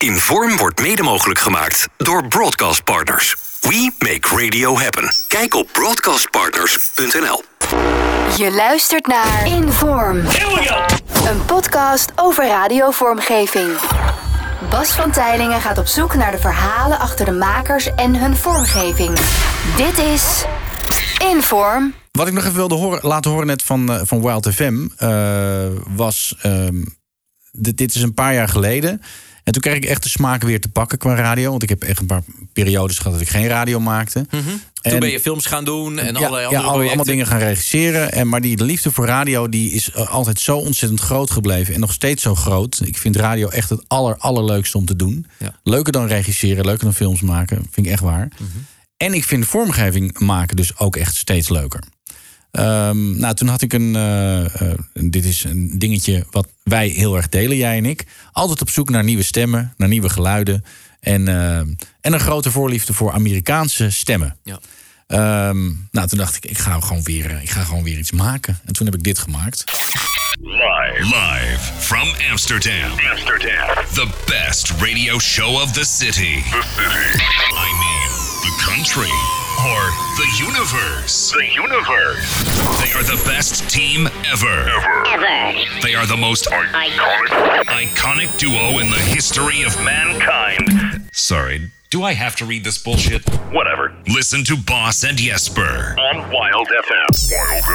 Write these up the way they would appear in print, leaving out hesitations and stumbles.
Inform wordt mede mogelijk gemaakt door Broadcast Partners. We make radio happen. Kijk op broadcastpartners.nl. Je luistert naar Inform. Een podcast over radiovormgeving. Bas van Teylingen gaat op zoek naar de verhalen achter de makers en hun vormgeving. Dit is Inform. Wat ik nog even wilde laten horen net van Wild FM was... Dit is een paar jaar geleden. En toen kreeg ik echt de smaak weer te pakken qua radio. Want ik heb echt een paar periodes gehad dat ik geen radio maakte. Mm-hmm. Toen ben je films gaan doen en allerlei andere allemaal dingen gaan regisseren. Maar die liefde voor radio die is altijd zo ontzettend groot gebleven. En nog steeds zo groot. Ik vind radio echt het allerleukste om te doen. Ja. Leuker dan regisseren, leuker dan films maken. Vind ik echt waar. Mm-hmm. En ik vind vormgeving maken dus ook echt steeds leuker. Toen had ik dit is een dingetje wat wij heel erg delen, jij en ik. Altijd op zoek naar nieuwe stemmen, naar nieuwe geluiden. En een grote voorliefde voor Amerikaanse stemmen. Ja. Toen dacht ik ga gewoon weer iets maken. En toen heb ik dit gemaakt. Live from Amsterdam. The best radio show of the city. I mean, the country. Or the universe. They are the best team ever. They are the most iconic duo in the history of mankind. Sorry, do I have to read this bullshit? Whatever. Listen to Boss and Jesper on Wild FM.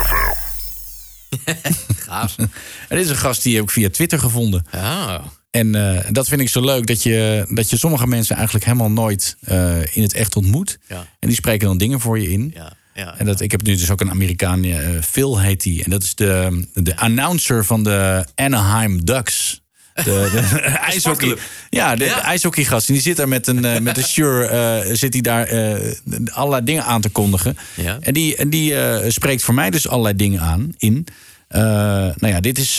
Gaaf. Er is een gast die heb ik via Twitter gevonden. Oh. En dat vind ik zo leuk, dat je sommige mensen eigenlijk helemaal nooit in het echt ontmoet. Ja. En die spreken dan dingen voor je in. Ja, en ik heb nu dus ook een Amerikaan, Phil heet die. En dat is de announcer van de Anaheim Ducks. De ijshockey. Ja, de ijshockeygast. En die zit daar met een Shure, zit hij daar allerlei dingen aan te kondigen. Ja. En die spreekt voor mij dus allerlei dingen in. Dit is...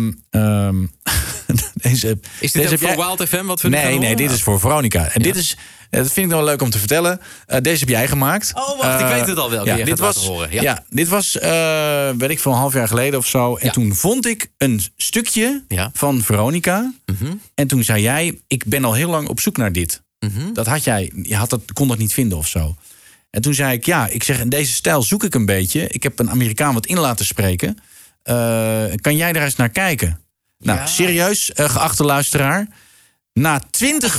Is dit ook voor Wild FM? Wat Nee, dit is voor Veronica. En dit is... Dat vind ik nog wel leuk om te vertellen. Deze heb jij gemaakt. Oh, wacht, ik weet het al wel. Dit was, weet ik veel, een half jaar geleden of zo. En toen vond ik een stukje van Veronica. Mm-hmm. En toen zei jij, ik ben al heel lang op zoek naar dit. Mm-hmm. Dat had jij, kon dat niet vinden of zo. En toen zei ik, in deze stijl zoek ik een beetje. Ik heb een Amerikaan wat in laten spreken. Kan jij daar eens naar kijken? Nou, serieus, geachte luisteraar. Na 20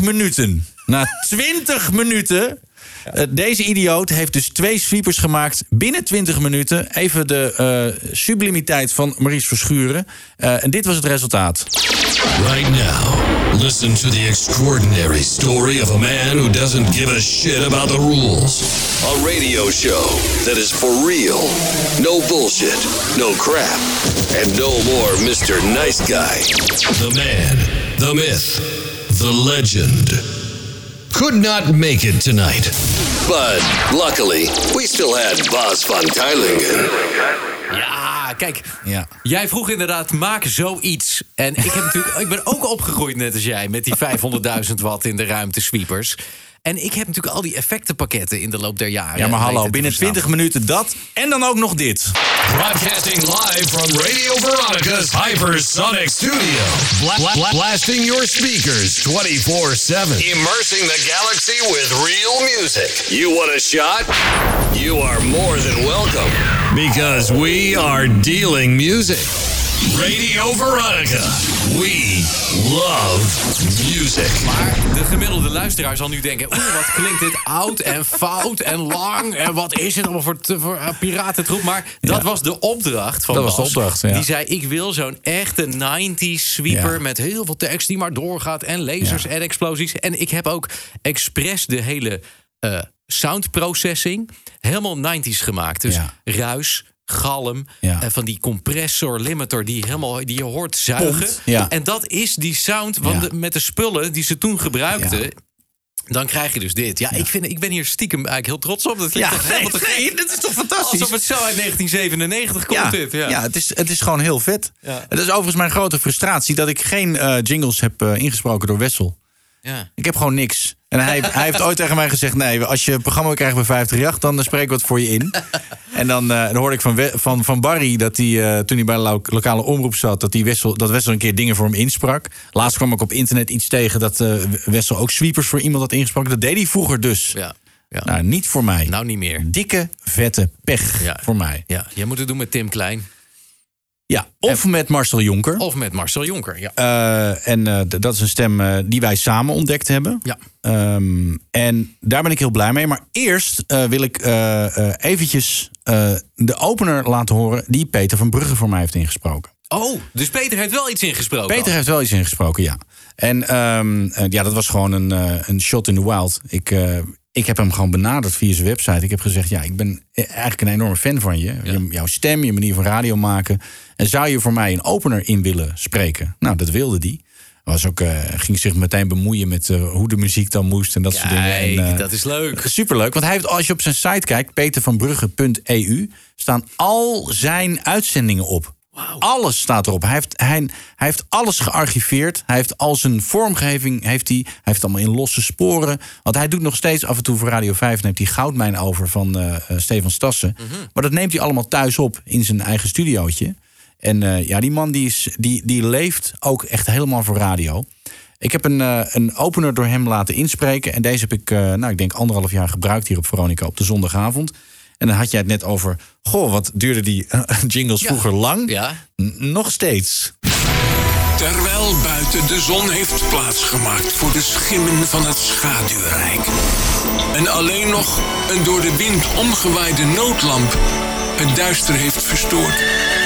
minuten... Deze idioot heeft dus 2 sweepers gemaakt binnen 20 minuten. Even de sublimiteit van Maurice Verschuren. En dit was het resultaat. Right now, listen to the extraordinary story of a man who doesn't give a shit about the rules. A radio show that is for real. No bullshit, no crap, and no more Mr. Nice Guy. The man, the myth, the legend. Could not make it tonight. But luckily, we still had Bas van Teylingen. Ja, kijk. Ja. Jij vroeg inderdaad, maak zoiets. En ik ben ook opgegroeid net als jij met die 500.000 watt in de ruimte sweepers. En ik heb natuurlijk al die effectenpakketten in de loop der jaren. Ja, maar hallo, binnen 20 minuten dat en dan ook nog dit. Broadcasting live from Radio Veronica's Hypersonic Studio. Blasting your speakers 24/7. Immersing the galaxy with real music. You want a shot? You are more than welcome. Because we are dealing music. Radio Veronica. We love music. Maar de gemiddelde luisteraar zal nu denken... wat klinkt dit oud en fout en lang... en wat is het allemaal voor piratentroep? Maar dat was de opdracht van Bas. Was de opdracht, ja. Die zei, ik wil zo'n echte 90s sweeper... met heel veel tekst die maar doorgaat... en lasers en explosies. En ik heb ook expres de hele sound processing... helemaal 90s gemaakt. Dus ruis... galm, van die compressor, limiter die je hoort zuigen. Ja. En dat is die sound met de spullen die ze toen gebruikten. Ja. Dan krijg je dus dit. Ja, ik ben hier stiekem eigenlijk heel trots op. Dat klinkt echt helemaal te gek. Dat is toch fantastisch? Alsof het zo uit 1997 komt dit. Ja, het is gewoon heel vet. Ja. Het is overigens mijn grote frustratie... dat ik geen jingles heb ingesproken door Wessel. Ja. Ik heb gewoon niks. En hij heeft ooit tegen mij gezegd... nee, als je een programma krijgt bij 538... dan spreken we het voor je in. En dan hoorde ik van Barry... dat hij, toen hij bij de lokale omroep zat... dat Wessel een keer dingen voor hem insprak. Laatst kwam ik op internet iets tegen... dat Wessel ook sweepers voor iemand had ingesproken. Dat deed hij vroeger dus. Ja. Nou, niet voor mij. Nou, niet meer. Dikke, vette pech voor mij. Ja, jij moet het doen met Tim Klein. Ja, of met Marcel Jonker. Of met Marcel Jonker, ja. Dat is een stem die wij samen ontdekt hebben. Ja. En daar ben ik heel blij mee. Maar eerst wil ik eventjes de opener laten horen... die Peter van Brugge voor mij heeft ingesproken. Oh, dus Peter heeft wel iets ingesproken? Peter heeft wel iets ingesproken, ja. En dat was gewoon een shot in the wild. Ik heb hem gewoon benaderd via zijn website. Ik heb gezegd, ik ben eigenlijk een enorme fan van je. Ja. Jouw stem, je manier van radio maken. En zou je voor mij een opener in willen spreken? Nou, dat wilde hij. Ging zich meteen bemoeien met hoe de muziek dan moest en dat soort dingen. En, dat is leuk. Superleuk, want hij heeft, als je op zijn site kijkt... petervanbrugge.eu, staan al zijn uitzendingen op. Wow. Alles staat erop. Hij heeft alles gearchiveerd. Hij heeft al zijn vormgeving. Hij heeft allemaal in losse sporen. Want hij doet nog steeds af en toe voor Radio 5... en heeft hij Goudmijn over van Stefan Stassen. Mm-hmm. Maar dat neemt hij allemaal thuis op in zijn eigen studiootje. En die man die leeft ook echt helemaal voor radio. Ik heb een opener door hem laten inspreken. En deze heb ik, ik denk 1,5 jaar gebruikt hier op Veronica op de zondagavond. En dan had jij het net over... wat duurde die jingles vroeger lang? Ja. Nog steeds. Terwijl buiten de zon heeft plaatsgemaakt voor de schimmen van het schaduwrijk. En alleen nog een door de wind omgewaaide noodlamp het duister heeft verstoord.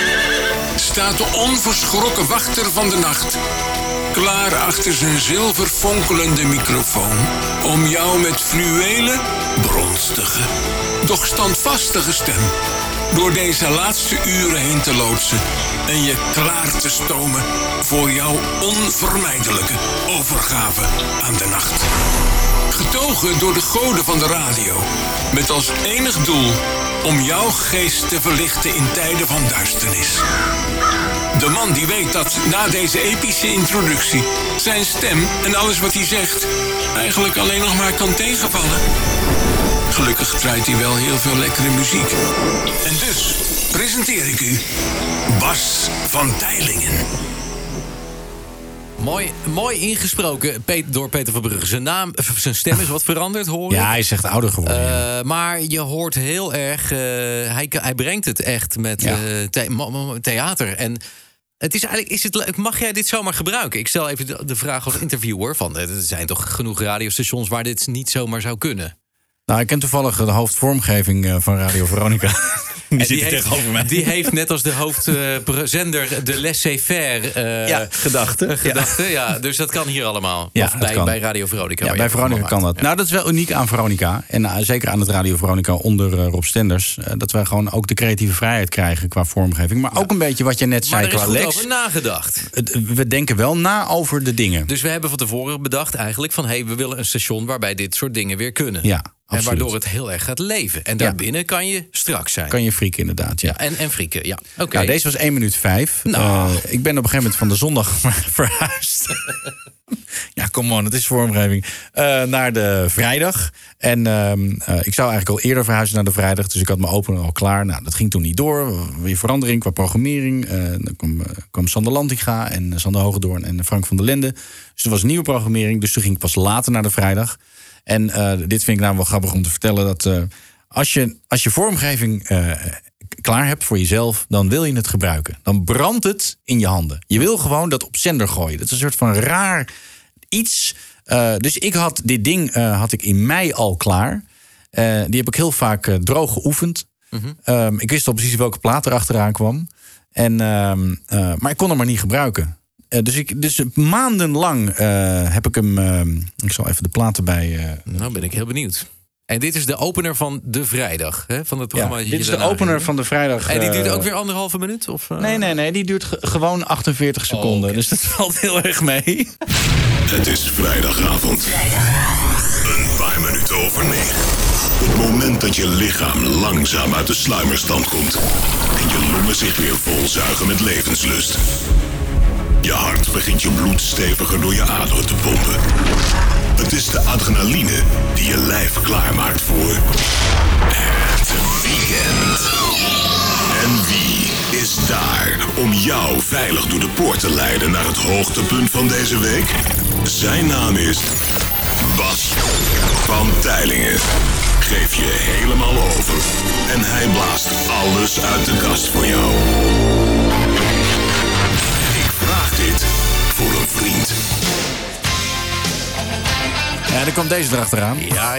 Staat de onverschrokken wachter van de nacht... klaar achter zijn zilverfonkelende microfoon... om jou met fluwelen, bronstige, doch standvastige stem... door deze laatste uren heen te loodsen... en je klaar te stomen voor jouw onvermijdelijke overgave aan de nacht. Getogen door de goden van de radio... met als enig doel om jouw geest te verlichten in tijden van duisternis. De man die weet dat na deze epische introductie... zijn stem en alles wat hij zegt... eigenlijk alleen nog maar kan tegenvallen. Gelukkig draait hij wel heel veel lekkere muziek. En dus presenteer ik u Bas van Teylingen. Mooi ingesproken door Peter van Brugge. Zijn stem is wat veranderd, hoor ik. Ja, hij is echt ouder geworden. Maar je hoort heel erg... hij brengt het echt met theater. En het is eigenlijk... leuk? Mag jij dit zomaar gebruiken? Ik stel even de vraag als interviewer van... er zijn toch genoeg radiostations waar dit niet zomaar zou kunnen? Nou, ik ken toevallig de hoofdvormgeving van Radio Veronica. Die tegenover mij. Die heeft net als de hoofdzender de laissez-faire gedachten. Ja, dus dat kan hier allemaal. Ja, bij Radio Veronica. Ja, bij Veronica kan dat. Ja. Nou, dat is wel uniek aan Veronica. En zeker aan het Radio Veronica onder Rob Stenders. Dat wij gewoon ook de creatieve vrijheid krijgen qua vormgeving. Maar ook een beetje wat je net zei qua Lex. Maar er is goed over nagedacht. We denken wel na over de dingen. Dus we hebben van tevoren bedacht eigenlijk van... we willen een station waarbij dit soort dingen weer kunnen. Ja. Absoluut. En waardoor het heel erg gaat leven. En daarbinnen kan je strak zijn. Kan je frieken, inderdaad. Ja. En frieken, ja. Okay. Nou, deze was 1 minuut 5. Nou. Ik ben op een gegeven moment van de zondag verhuisd. Ja, come on, het is vormgeving. Naar de vrijdag. En ik zou eigenlijk al eerder verhuizen naar de vrijdag. Dus ik had mijn opener al klaar. Nou, dat ging toen niet door. Weer verandering qua programmering. Dan kwam Sander Lantinga en Sander Hogedoorn en Frank van der Lende. Dus er was een nieuwe programmering. Dus toen ging ik pas later naar de vrijdag. En dit vind ik nou wel grappig om te vertellen... dat als je vormgeving klaar hebt voor jezelf... dan wil je het gebruiken. Dan brandt het in je handen. Je wil gewoon dat op zender gooien. Dat is een soort van raar iets. Dus ik had dit ding had ik in mei al klaar. Die heb ik heel vaak droog geoefend. Mm-hmm. Ik wist al precies welke plaat er achteraan kwam. Maar ik kon hem maar niet gebruiken. Dus maandenlang heb ik hem... ik zal even de platen bij... Nou ben ik heel benieuwd. En dit is de opener van de vrijdag, hè? Van het programma. Ja, dit is de opener van de vrijdag. En die duurt ook weer 1,5 minuut? Of, Nee, die duurt gewoon 48 seconden. Okay. Dus dat valt heel erg mee. Het is vrijdagavond. Een paar minuten over 9. Het moment dat je lichaam langzaam uit de sluimerstand komt. En je longen zich weer volzuigen met levenslust. Je hart begint je bloed steviger door je aderen te pompen. adrenaline die je lijf klaarmaakt voor het weekend. En wie is daar om jou veilig door de poort te leiden naar het hoogtepunt van deze week? Zijn naam is Bas van Teylingen. Geef je helemaal over en hij blaast alles uit de kast voor jou. Ik vraag dit voor een vriend. Ja, dan komt deze erachteraan. Ja.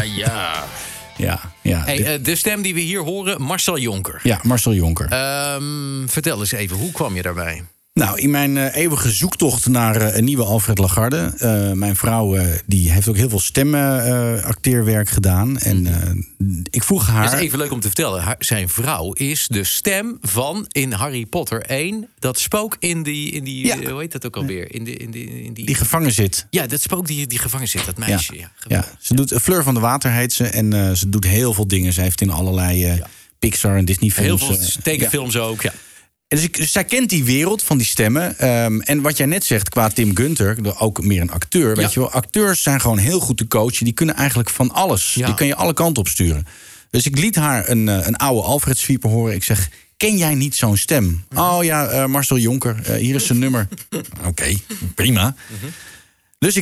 Ja. Hey, de stem die we hier horen, Marcel Jonker. Ja, Marcel Jonker. Vertel eens even, hoe kwam je daarbij? Nou, in mijn eeuwige zoektocht naar een nieuwe Alfred Lagarde. Mijn vrouw die heeft ook heel veel stemacteerwerk gedaan. En ik vroeg haar... Het is even leuk om te vertellen. Zijn vrouw is de stem van in Harry Potter 1... dat spook in die Ja. Hoe heet dat ook alweer? In die gevangen zit. Ja, dat spook die gevangen zit, dat meisje. Ja. Ze doet Fleur van de Water heet ze. En ze doet heel veel dingen. Ze heeft in allerlei Pixar en Disney films... Heel veel tekenfilms ook, ja. Dus zij kent die wereld van die stemmen. En wat jij net zegt qua Tim Gunter, ook meer een acteur. Ja. Weet je wel, acteurs zijn gewoon heel goed te coachen. Die kunnen eigenlijk van alles. Ja. Die kan je alle kanten op sturen. Dus ik liet haar een oude Alfred sweeper horen. Ik zeg, ken jij niet zo'n stem? Oh ja, Marcel Jonker, hier is zijn nummer. Oké, prima. Dus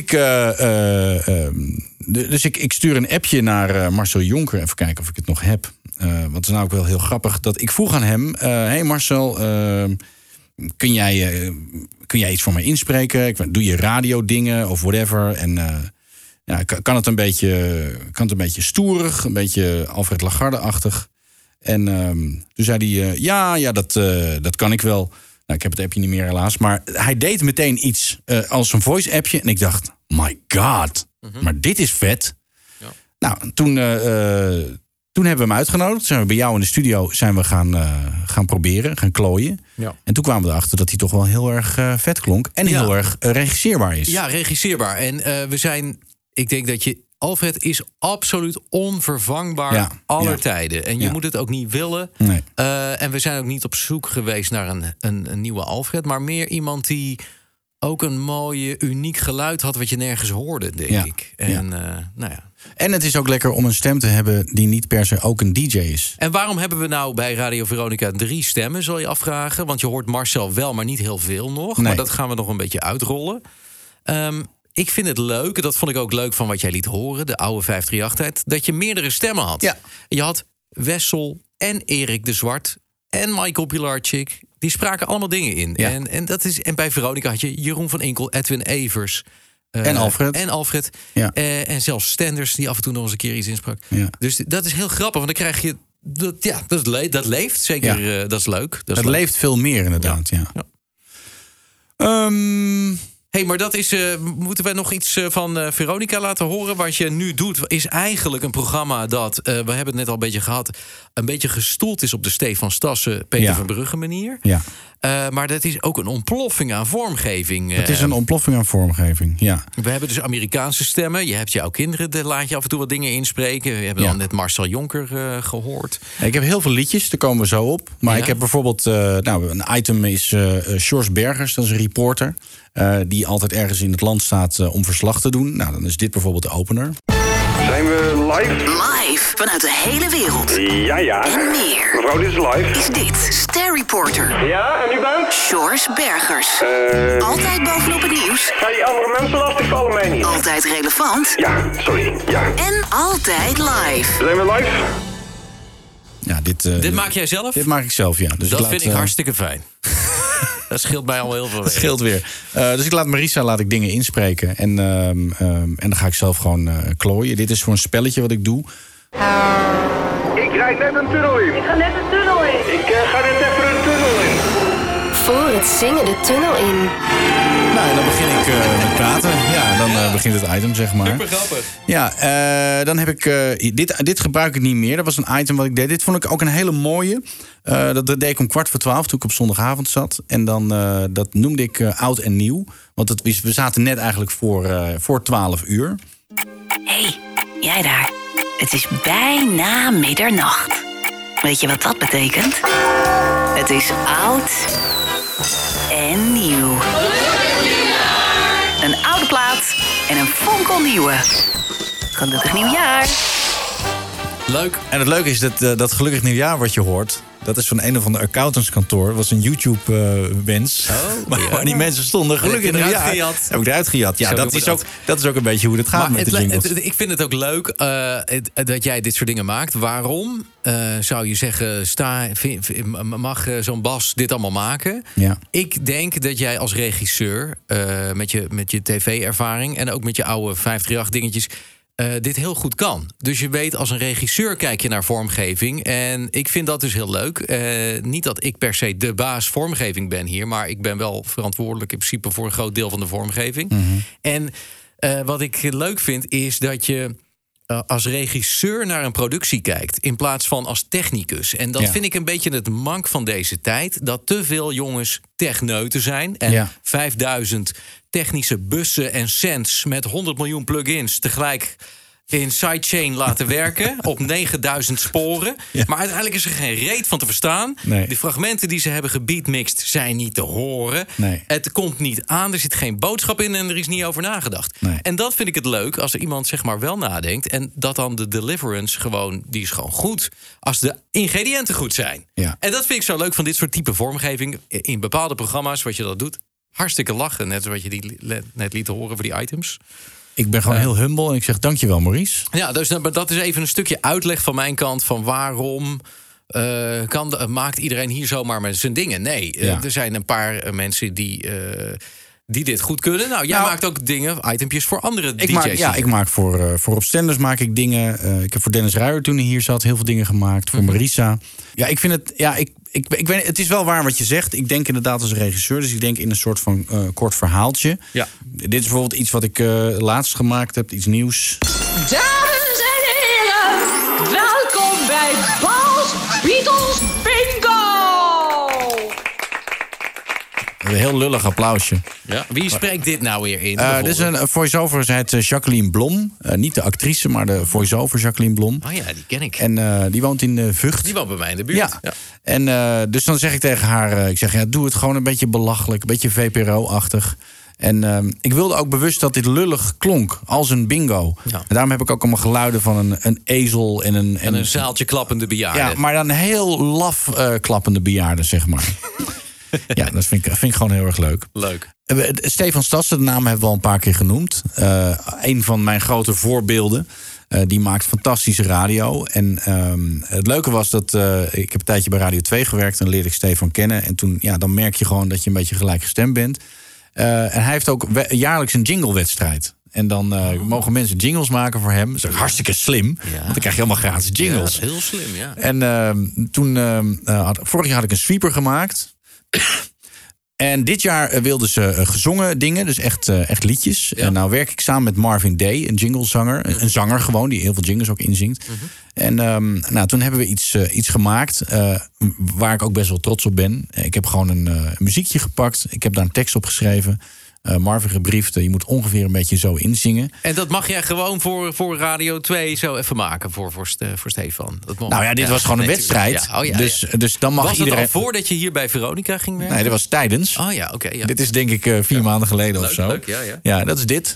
ik stuur een appje naar Marcel Jonker. Even kijken of ik het nog heb. Want het is nou ook wel heel grappig. Dat ik vroeg aan hem... hey Marcel, kun jij iets voor mij inspreken? Doe je radiodingen of whatever? En kan het een beetje stoerig? Een beetje Alfred Lagarde-achtig? En toen zei hij... dat kan ik wel. Nou, ik heb het appje niet meer helaas. Maar hij deed meteen iets als een voice-appje. En ik dacht, my god, maar dit is vet. Ja. Nou, toen hebben we hem uitgenodigd. Zijn we bij jou in de studio gaan proberen, gaan klooien. Ja. En toen kwamen we erachter dat hij toch wel heel erg vet klonk. En heel erg regisseerbaar is. Ja, regisseerbaar. En ik denk dat Alfred is absoluut onvervangbaar aller tijden. En je moet het ook niet willen. Nee. En we zijn ook niet op zoek geweest naar een nieuwe Alfred. Maar meer iemand die ook een mooie, uniek geluid had... wat je nergens hoorde, denk ik. En, En het is ook lekker om een stem te hebben die niet per se ook een DJ is. En waarom hebben we nou bij Radio Veronica 3 stemmen, zal je afvragen? Want je hoort Marcel wel, maar niet heel veel nog. Nee. Maar dat gaan we nog een beetje uitrollen. Ik vind het leuk, dat vond ik ook leuk van wat jij liet horen... de oude 538-tijd, dat je meerdere stemmen had. Ja. Je had Wessel en Erik de Zwart en Michael Pilarczyk. Die spraken allemaal dingen in. Ja. En bij Veronica had je Jeroen van Inkel, Edwin Evers... En Alfred. Ja. En zelfs Stenders, die af en toe nog eens een keer iets insprak. Ja. Dus dat is heel grappig, want dan krijg je... Dat leeft, zeker. Ja. Dat is leuk. Het leeft veel meer, inderdaad. Ja. Hey, maar dat is. Moeten wij nog iets van Veronica laten horen? Wat je nu doet, is eigenlijk een programma dat, we hebben het net al een beetje gehad, een beetje gestoeld is op de Stefan Stassen, Peter van Brugge manier. Ja. Maar dat is ook een ontploffing aan vormgeving. Het is een ontploffing aan vormgeving, ja. We hebben dus Amerikaanse stemmen. Je hebt jouw kinderen, daar laat je af en toe wat dingen inspreken. We hebben dan net Marcel Jonker gehoord. Ik heb heel veel liedjes, daar komen we zo op. Maar ik heb bijvoorbeeld, een item is Sjors Bergers, dat is een reporter. Die altijd ergens in het land staat om verslag te doen. Nou, dan is dit bijvoorbeeld de opener. Zijn we live? Live vanuit de hele wereld. Ja. En meer. Mevrouw, dit is live. Is dit Ster Reporter. Ja, en u bent? Sjors Bergers. Altijd bovenop het nieuws. Ga die andere mensen lastigvallen mij niet? Altijd relevant. Ja, sorry. Ja. En altijd live. Zijn we live? Ja, dit maak jij zelf? Dit maak ik zelf, ja. Dus dat vind ik hartstikke fijn. Dat scheelt mij al heel veel. Dat scheelt weer. Dus ik laat Marisa dingen inspreken. En dan ga ik zelf gewoon klooien. Dit is voor een spelletje wat ik doe. Ik rijd net een tunnel in. Ik ga net een tunnel in. Ik ga net even een tunnel in. Voor het zingen de tunnel in. Nou, en dan begin ik met praten. Ja, dan begint het item, zeg maar. Super grappig. Ja, dan heb ik... Dit gebruik ik niet meer. Dat was een item wat ik deed. Dit vond ik ook een hele mooie. Dat deed ik om 11:15 toen ik op zondagavond zat. En dan dat noemde ik oud en nieuw. Want we zaten net eigenlijk voor 12 uur. Hé, jij daar. Het is bijna middernacht. Weet je wat dat betekent? Het is oud en nieuw. Een oude plaat en een fonkelnieuwe. Gelukkig nieuwjaar! Leuk. En het leuke is dat gelukkig nieuwjaar wat je hoort... dat is van een of ander accountantskantoor. Dat was een YouTube-wens. Waar die mensen stonden. Gelukkig nieuwjaar. Heb ik eruit gejat. Ja, dat is ook een beetje hoe het gaat met de jingles. Ik vind het ook leuk dat jij dit soort dingen maakt. Waarom zou je zeggen... mag zo'n Bas dit allemaal maken? Ja. Ik denk dat jij als regisseur... met je tv-ervaring... en ook met je oude 538-dingetjes... dit heel goed kan. Dus je weet, als een regisseur kijk je naar vormgeving. En ik vind dat dus heel leuk. Niet dat ik per se de baas vormgeving ben hier... maar ik ben wel verantwoordelijk in principe... voor een groot deel van de vormgeving. Mm-hmm. En wat ik leuk vind, is dat je... als regisseur naar een productie kijkt... in plaats van als technicus. En dat vind ik een beetje het mank van deze tijd... dat te veel jongens techneuten zijn... en 5000 technische bussen en cents... met 100 miljoen plugins tegelijk... in sidechain laten werken op 9000 sporen. Ja. Maar uiteindelijk is er geen reet van te verstaan. Nee. De fragmenten die ze hebben gebeatmixed zijn niet te horen. Nee. Het komt niet aan, er zit geen boodschap in... en er is niet over nagedacht. Nee. En dat vind ik het leuk als er iemand zeg maar wel nadenkt... en dat dan de deliverance gewoon, die is gewoon goed... als de ingrediënten goed zijn. Ja. En dat vind ik zo leuk van dit soort type vormgeving... in bepaalde programma's, wat je dat doet. Hartstikke lachen, net zoals je die net liet horen voor die items... Ik ben gewoon heel humble en ik zeg dankjewel, Maurice. Ja, dus dat is even een stukje uitleg van mijn kant... van waarom maakt iedereen hier zomaar met zijn dingen. Nee, er zijn een paar mensen die dit goed kunnen. Nou, jij maakt ook dingen, itempjes voor andere DJ's. Ik maak voor Op Stenders maak ik dingen. Ik heb voor Dennis Ruijer, toen hij hier zat, heel veel dingen gemaakt. Voor Marisa. Ja, ik vind het... Ja, ik weet, het is wel waar wat je zegt. Ik denk inderdaad als regisseur. Dus ik denk in een soort van kort verhaaltje. Ja. Dit is bijvoorbeeld iets wat ik laatst gemaakt heb. Iets nieuws. Dames en heren, welkom bij Bas Beatles Bingo! Een heel lullig applausje. Ja. Wie spreekt dit nou weer in? Dit is een voice-over, ze heet Jacqueline Blom. Niet de actrice, maar de voice-over Jacqueline Blom. Oh ja, die ken ik. En die woont in Vught. Die woont bij mij in de buurt. Ja. En dus dan zeg ik tegen haar... ik zeg, doe het gewoon een beetje belachelijk. Een beetje VPRO-achtig. En ik wilde ook bewust dat dit lullig klonk. Als een bingo. Ja. En daarom heb ik ook allemaal geluiden van een ezel en een zaaltje klappende bejaarden. Ja, maar dan heel laf klappende bejaarden, zeg maar. Ja, dat vind ik gewoon heel erg leuk. Leuk. Stefan Stassen, de naam hebben we al een paar keer genoemd. Een van mijn grote voorbeelden. Die maakt fantastische radio. En het leuke was dat... ik heb een tijdje bij Radio 2 gewerkt en leerde ik Stefan kennen. En toen, dan merk je gewoon dat je een beetje gelijkgestemd bent. En hij heeft ook jaarlijks een jinglewedstrijd. En dan mogen mensen jingles maken voor hem. Dat is hartstikke slim. Ja. Want dan krijg je helemaal gratis jingles. Ja, heel slim, ja. En vorig jaar had ik een sweeper gemaakt. En dit jaar wilden ze gezongen dingen, dus echt liedjes. Ja. En nou werk ik samen met Marvin Day, een jinglezanger. Een zanger gewoon, die heel veel jingles ook inzingt. En toen hebben we iets gemaakt waar ik ook best wel trots op ben. Ik heb gewoon een muziekje gepakt. Ik heb daar een tekst op geschreven. Marvin gebriefd, je moet ongeveer een beetje zo inzingen. En dat mag jij gewoon voor Radio 2 zo even maken voor Stefan? Dit was gewoon een wedstrijd. Ja. Dus dan mag iedereen... Was het al voordat je hier bij Veronica ging werken? Nee, dat was tijdens. Oh ja, oké. Ja. Dit is denk ik 4 maanden geleden of zo. Leuk, ja. Ja, dat is dit.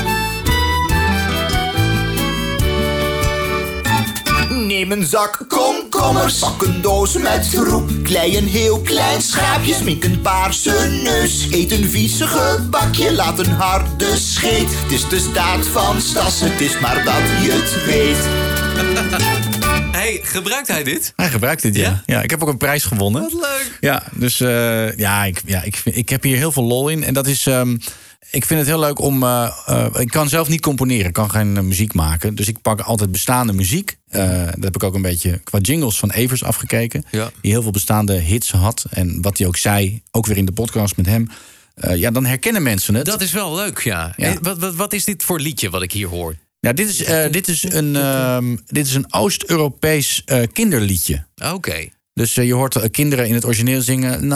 Neem een zak komkommers, pak een doos met troep. Klei een heel klein schaapje, smink een paarse neus. Eet een vieze gebakje, laat een harde scheet. Het is de staat van Stassen, het is maar dat je het weet. Hey, gebruikt hij dit? Hij gebruikt dit, ja. Ja, ik heb ook een prijs gewonnen. Wat leuk. Ja, dus ik heb hier heel veel lol in. En dat is... ik vind het heel leuk om... ik kan zelf niet componeren, ik kan geen muziek maken. Dus ik pak altijd bestaande muziek. Dat heb ik ook een beetje qua jingles van Evers afgekeken. Ja. Die heel veel bestaande hits had. En wat hij ook zei, ook weer in de podcast met hem. Dan herkennen mensen het. Dat is wel leuk, ja. Wat is dit voor liedje wat ik hier hoor? Ja, dit is een Oost-Europees kinderliedje. Oké. Dus je hoort kinderen in het origineel zingen.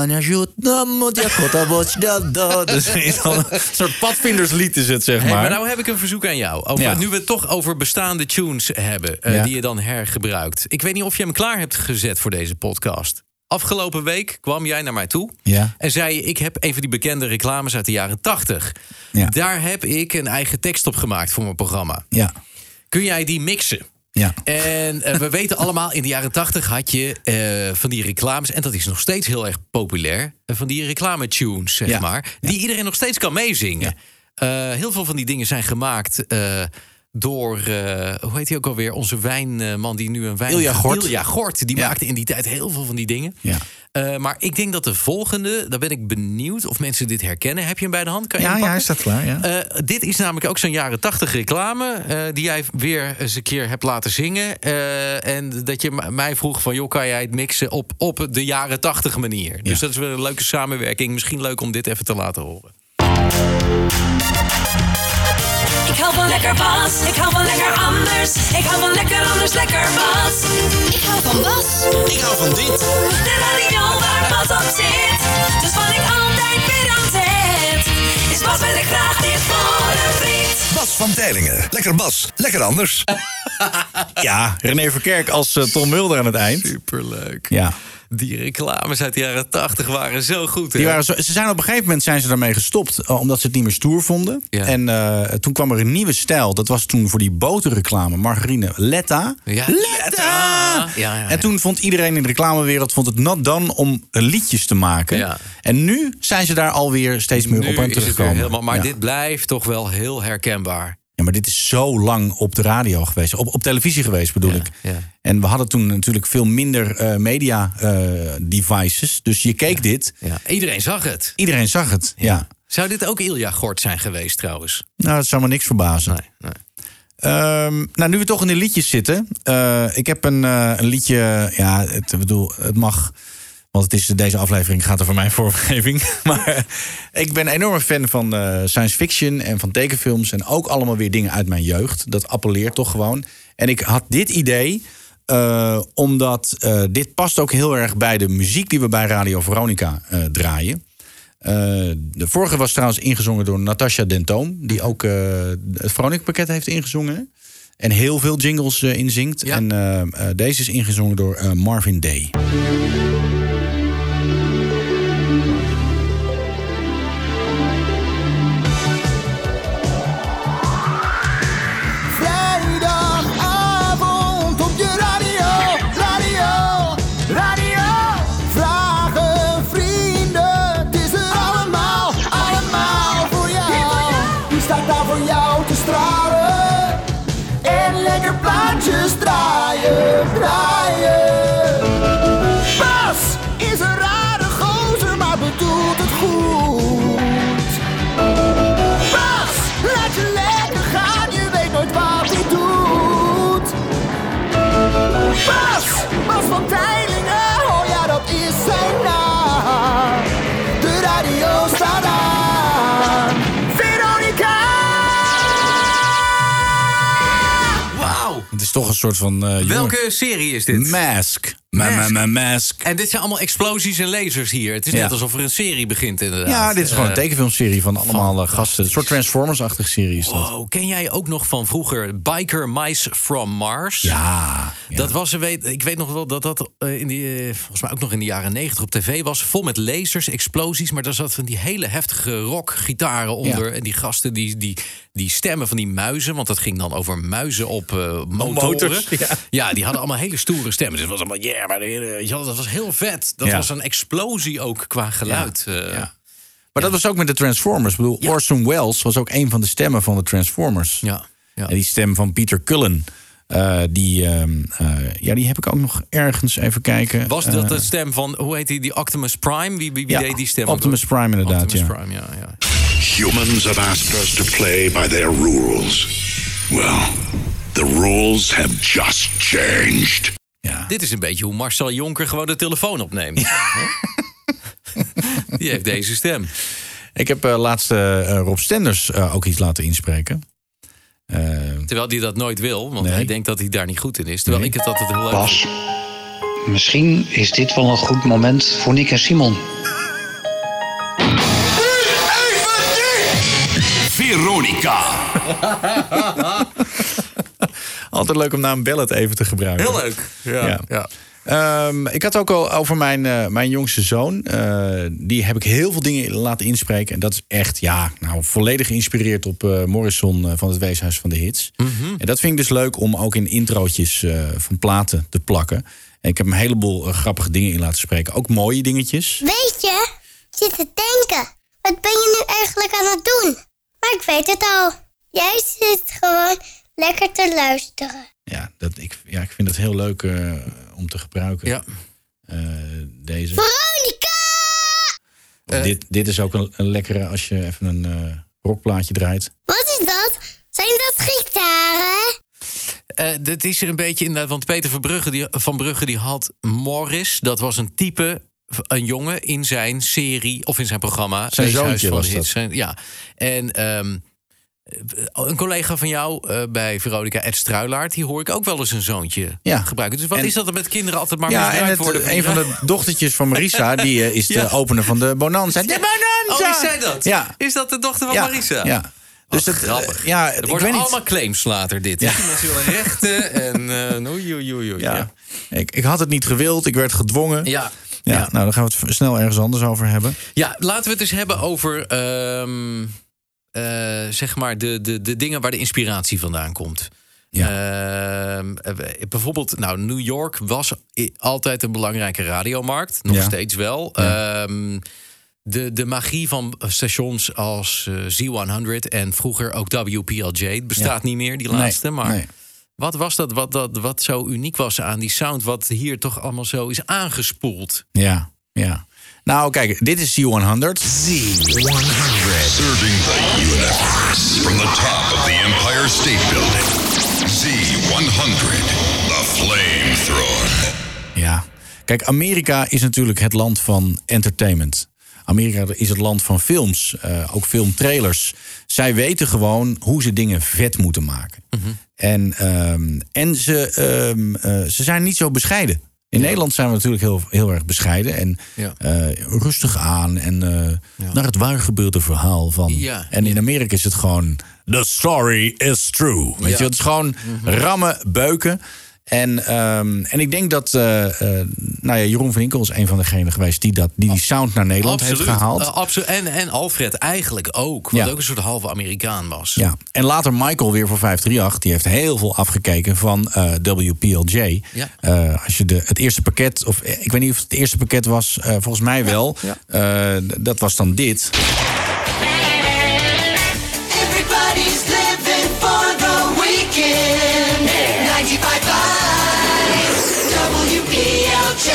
Dus een soort padvinderslied is het, zeg maar. Maar nou heb ik een verzoek aan jou. Nu we het toch over bestaande tunes hebben, die je dan hergebruikt. Ik weet niet of je hem klaar hebt gezet voor deze podcast. afgelopen week kwam jij naar mij toe. Ja. En zei ik heb een van die bekende reclames uit de jaren 80. Ja. Daar heb ik een eigen tekst op gemaakt voor mijn programma. Ja. Kun jij die mixen? Ja. En we weten allemaal, in de jaren 80 had je van die reclames... en dat is nog steeds heel erg populair... van die reclame-tunes, zeg maar... die iedereen nog steeds kan meezingen. Heel veel van die dingen zijn gemaakt... door, hoe heet hij ook alweer? Onze wijnman die nu een wijn... Ilja Gort. Ilja Gort, die maakte in die tijd heel veel van die dingen. Ja. Maar ik denk dat de volgende, daar ben ik benieuwd of mensen dit herkennen. Heb je hem bij de hand? Kan je hem Ja, pakken? hij staat klaar. Ja. Dit is namelijk ook zo'n jaren 80 reclame... die jij weer eens een keer hebt laten zingen. En dat je mij vroeg van... joh, kan jij het mixen op de jaren 80 manier? Dus dat is weer een leuke samenwerking. Misschien leuk om dit even te laten horen. Ik hou van lekker Bas, ik hou van lekker anders. Ik hou van lekker anders, lekker Bas. Ik hou van Bas, Ik hou van dit. de radio waar Bas op zit. Dus wat ik altijd weer aan zet, is Bas met ik graag dit voor een friet. Bas van Teylingen. Lekker Bas, lekker anders. Ja, René Verkerk als Tom Mulder aan het eind. Superleuk. Ja. Die reclames uit de jaren 80 waren zo goed. Hè? Die waren ze zijn op een gegeven moment zijn ze daarmee gestopt... omdat ze het niet meer stoer vonden. Ja. En toen kwam er een nieuwe stijl. Dat was toen voor die boterreclame. Margarine Letta. Ja, Letta! Ja. En toen vond iedereen in de reclamewereld... vond het not done om liedjes te maken. Ja. En nu zijn ze daar alweer steeds meer op aan teruggekomen. Maar dit blijft toch wel heel herkenbaar. Ja, maar dit is zo lang op de radio geweest. Op televisie geweest, bedoel ik. Ja. En we hadden toen natuurlijk veel minder media devices. Dus je keek dit. Ja. Iedereen zag het. Iedereen zag het, ja. Zou dit ook Ilja Gort zijn geweest trouwens? Nou, dat zou me niks verbazen. Nee. Nou, nu we toch in de liedjes zitten. Ik heb een liedje... Ja, het mag... Want deze aflevering gaat over mijn vormgeving. Maar ik ben een enorme fan van science fiction en van tekenfilms. En ook allemaal weer dingen uit mijn jeugd. Dat appelleert toch gewoon. En ik had dit idee... omdat dit past ook heel erg bij de muziek die we bij Radio Veronica draaien. De vorige was trouwens ingezongen door Natasha Dentoom. Die ook het Veronica-pakket heeft ingezongen. En heel veel jingles inzingt. Ja. En deze is ingezongen door Marvin Day. Draaien. Bas is een rare gozer, maar bedoelt het goed. Bas, laat je lekker gaan, je weet nooit wat hij doet. Bas van Teylingen, oh ja, dat is zijn naam. De radio staat aan. Veronica! Het is toch een soort van... Welke serie is dit? Mask. Mask. En dit zijn allemaal explosies en lasers hier. Het is net alsof er een serie begint inderdaad. Ja, dit is gewoon een tekenfilmserie van allemaal gasten. Een soort Transformers-achtige serie is dat. Wow, ken jij ook nog van vroeger Biker Mice from Mars? Ja. Dat was, ik weet nog wel dat volgens mij ook nog in de jaren 90 op tv was. Vol met lasers, explosies. Maar daar zat van die hele heftige rockgitaren onder. Ja. En die gasten, die stemmen van die muizen. Want dat ging dan over muizen op motoren. Ja, die hadden allemaal hele stoere stemmen. Dus het was allemaal, maar dat was heel vet. Dat was een explosie ook qua geluid. Maar dat was ook met de Transformers. Ik bedoel, Orson Welles was ook een van de stemmen van de Transformers. Ja. En die stem van Peter Cullen... die heb ik ook nog ergens even kijken. Was dat de stem van, hoe heet die Optimus Prime? Wie deed die stem? Optimus Prime inderdaad, Optimus Prime, ja. Humans have asked us to play by their rules. Well, the rules have just changed. Ja. Dit is een beetje hoe Marcel Jonker gewoon de telefoon opneemt. Ja. Die heeft deze stem. Ik heb laatst Rob Stenders ook iets laten inspreken. Terwijl hij dat nooit wil, want hij denkt dat hij daar niet goed in is. Terwijl ik het altijd heel leuk Bas, vind. Misschien is dit wel een goed moment voor Nick en Simon. Veronica. Altijd leuk om na een ballet even te gebruiken. Heel leuk. Ja. Ik had ook al over mijn jongste zoon. Die heb ik heel veel dingen laten inspreken. En dat is echt, volledig geïnspireerd op Morrison van het Weeshuis van de Hits. Mm-hmm. En dat vind ik dus leuk om ook in introotjes van platen te plakken. En ik heb een heleboel grappige dingen in laten spreken. Ook mooie dingetjes. Weet je, ik zit te denken. Wat ben je nu eigenlijk aan het doen? Maar ik weet het al. Jij zit gewoon lekker te luisteren. Ja, ik vind het heel leuk om te gebruiken. Ja. Deze. Veronica! Dit is ook een lekkere als je even een rockplaatje draait. Wat is dat? Zijn dat gitaren? Dat is er een beetje inderdaad, want Peter van Brugge die had Morris. Dat was een type, een jongen in zijn serie of in zijn programma. Zijn zoontje van was de Hits. dat. Ja, en een collega van jou bij Veronica, Ed Struilaert, die hoor ik ook wel eens een zoontje gebruiken. Dus wat is dat er met kinderen altijd maar misbruikt worden? Een van de dochtertjes van Marisa, die is de opener van de Bonanza. De Bonanza! Oh, wie zei dat? Ja. Is dat de dochter van Marisa? Ja. Dus dat grappig. Er worden allemaal claims later dit. Ja. Mensen willen rechten en oei. Ja. Ik had het niet gewild, ik werd gedwongen. Ja. Nou, dan gaan we het snel ergens anders over hebben. Ja, laten we het eens hebben over zeg maar de dingen waar de inspiratie vandaan komt. Ja. Bijvoorbeeld, New York was altijd een belangrijke radiomarkt. Nog steeds wel. Ja. De magie van stations als Z100 en vroeger ook WPLJ bestaat niet meer, die laatste. Maar wat was dat wat zo uniek was aan die sound, wat hier toch allemaal zo is aangespoeld? Ja. Nou, kijk, dit is Z100. Z100. Serving the universe from the top of the Empire State Building. Z100. The Flamethrower. Ja. Kijk, Amerika is natuurlijk het land van entertainment. Amerika is het land van films, ook filmtrailers. Zij weten gewoon hoe ze dingen vet moeten maken. Mm-hmm. En ze zijn niet zo bescheiden. In Nederland zijn we natuurlijk heel erg bescheiden. En rustig aan. En naar het waar gebeurde verhaal van. Ja. En in Amerika is het gewoon, the story is true. Weet je, het is gewoon rammen, beuken. En ik denk dat Jeroen van Inkel is een van degenen geweest die sound naar Nederland heeft gehaald. Absoluut. En Alfred eigenlijk ook. Wat ook een soort halve Amerikaan was. Ja. En later Michael weer voor 538. Die heeft heel veel afgekeken van WPLJ. Ja. Als je het eerste pakket, of ik weet niet of het eerste pakket was, volgens mij wel. Ja. Dat was dan dit. Everybody's living for the weekend. 95.5 WPLJ.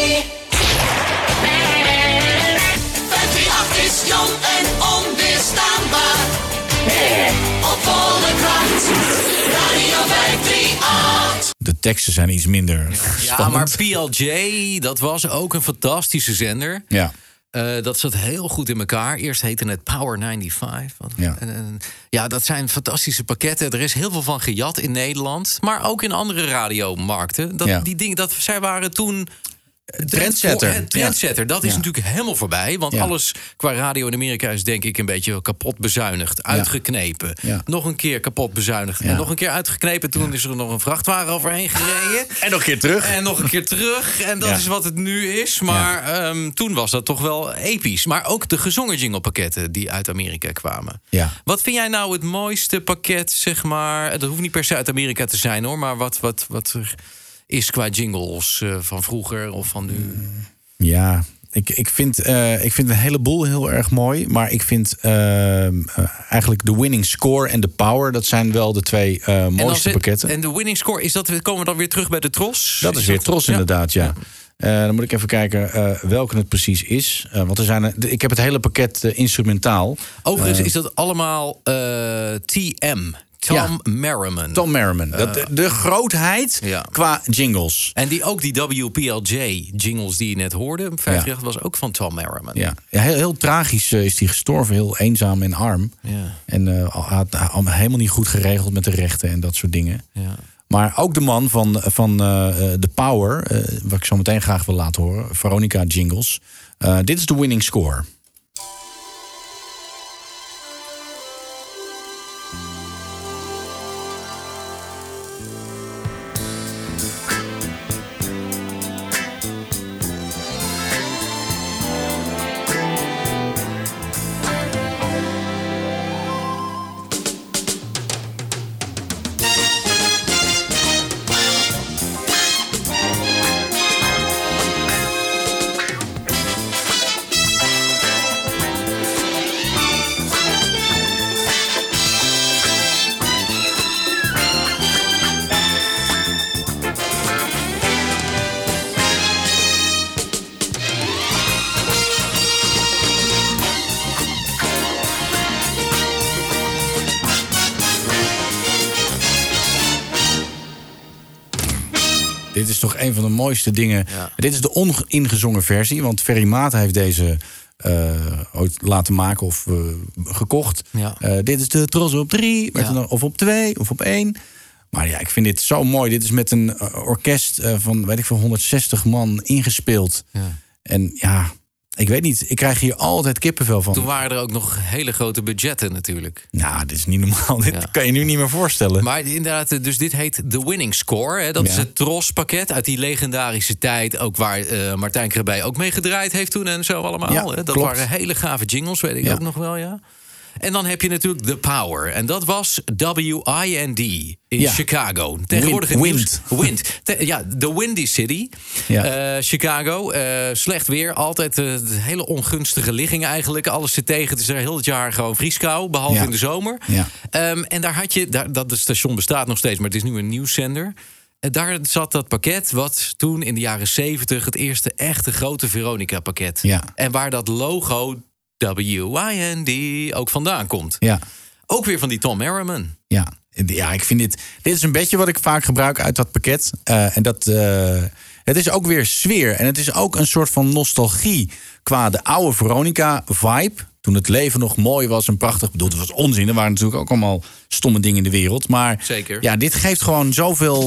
538 is jong en onweerstaanbaar. Op volle kracht. Radio 538. De teksten zijn iets minder spannend. Ja, maar PLJ, dat was ook een fantastische zender. Ja. Dat zat heel goed in elkaar. Eerst heette het Power 95. Ja, dat zijn fantastische pakketten. Er is heel veel van gejat in Nederland. Maar ook in andere radiomarkten. Die dingen, zij waren toen trendsetter. Dat is natuurlijk helemaal voorbij. Want alles qua radio in Amerika is denk ik een beetje kapot bezuinigd. Uitgeknepen. Ja. Nog een keer kapot bezuinigd. En nog een keer uitgeknepen. Toen is er nog een vrachtwagen overheen gereden. En nog een keer terug. En nog een keer terug. En dat is wat het nu is. Maar toen was dat toch wel episch. Maar ook de gezongen jinglepakketten die uit Amerika kwamen. Ja. Wat vind jij nou het mooiste pakket, zeg maar? Het hoeft niet per se uit Amerika te zijn, hoor. Maar wat er is qua jingles van vroeger of van nu? Ja, ik vind een heleboel heel erg mooi. Maar ik vind eigenlijk de winning score en de power, dat zijn wel de twee mooiste pakketten. En de winning score, komen we dan weer terug bij de Tros? Dat is weer Tros, inderdaad, ja. Dan moet ik even kijken welke het precies is. Want ik heb het hele pakket instrumentaal. Overigens is dat allemaal TM. Tom Merriman. Tom Merriman. De grootheid qua jingles. En die WPLJ-jingles die je net hoorde, 538 was ook van Tom Merriman. Ja, heel tragisch is hij gestorven. Heel eenzaam en arm. Ja. En had helemaal niet goed geregeld met de rechten en dat soort dingen. Ja. Maar ook de man van The Power, wat ik zo meteen graag wil laten horen, Veronica Jingles. Dit is de winning score. Dit is toch een van de mooiste dingen. Ja. Dit is de oningezongen versie, want Ferry Maat heeft deze ooit laten maken of gekocht. Ja. Dit is de Tros op 3, of op 2, of op 1. Maar ja, ik vind dit zo mooi. Dit is met een orkest van, weet ik veel, 160 man ingespeeld. Ja. En ja, ik weet niet. Ik krijg hier altijd kippenvel van. Toen waren er ook nog hele grote budgetten natuurlijk. Nou, dit is niet normaal. Dit kan je nu niet meer voorstellen. Maar inderdaad, dus dit heet The Winning Score. Hè? Dat is het Tros-pakket uit die legendarische tijd. Ook waar Martijn Krabbe ook mee gedraaid heeft toen en zo allemaal. Ja, hè? Dat klopt. waren hele gave jingles, weet ik ook nog wel, ja. En dan heb je natuurlijk The Power. En dat was WIND in Chicago. Tegenwoordig Wind. The Windy City. Ja. Chicago. Slecht weer. Altijd hele ongunstige ligging eigenlijk. Alles zit tegen. Het is er heel het jaar gewoon vrieskou. Behalve in de zomer. Ja. En daar had je... dat station bestaat nog steeds, maar het is nu een nieuwszender. Daar zat dat pakket wat toen in de jaren 70... het eerste echte grote Veronica-pakket. Ja. En waar dat logo... WIND ook vandaan komt. Ja. Ook weer van die Tom Merriman. Ja, ik vind dit is een beetje wat ik vaak gebruik uit dat pakket. En dat het is ook weer sfeer. En het is ook een soort van nostalgie qua de oude Veronica-vibe. Toen het leven nog mooi was en prachtig. Ik bedoel, het was onzin. Er waren natuurlijk ook allemaal stomme dingen in de wereld. Maar zeker. Ja, dit geeft gewoon zoveel...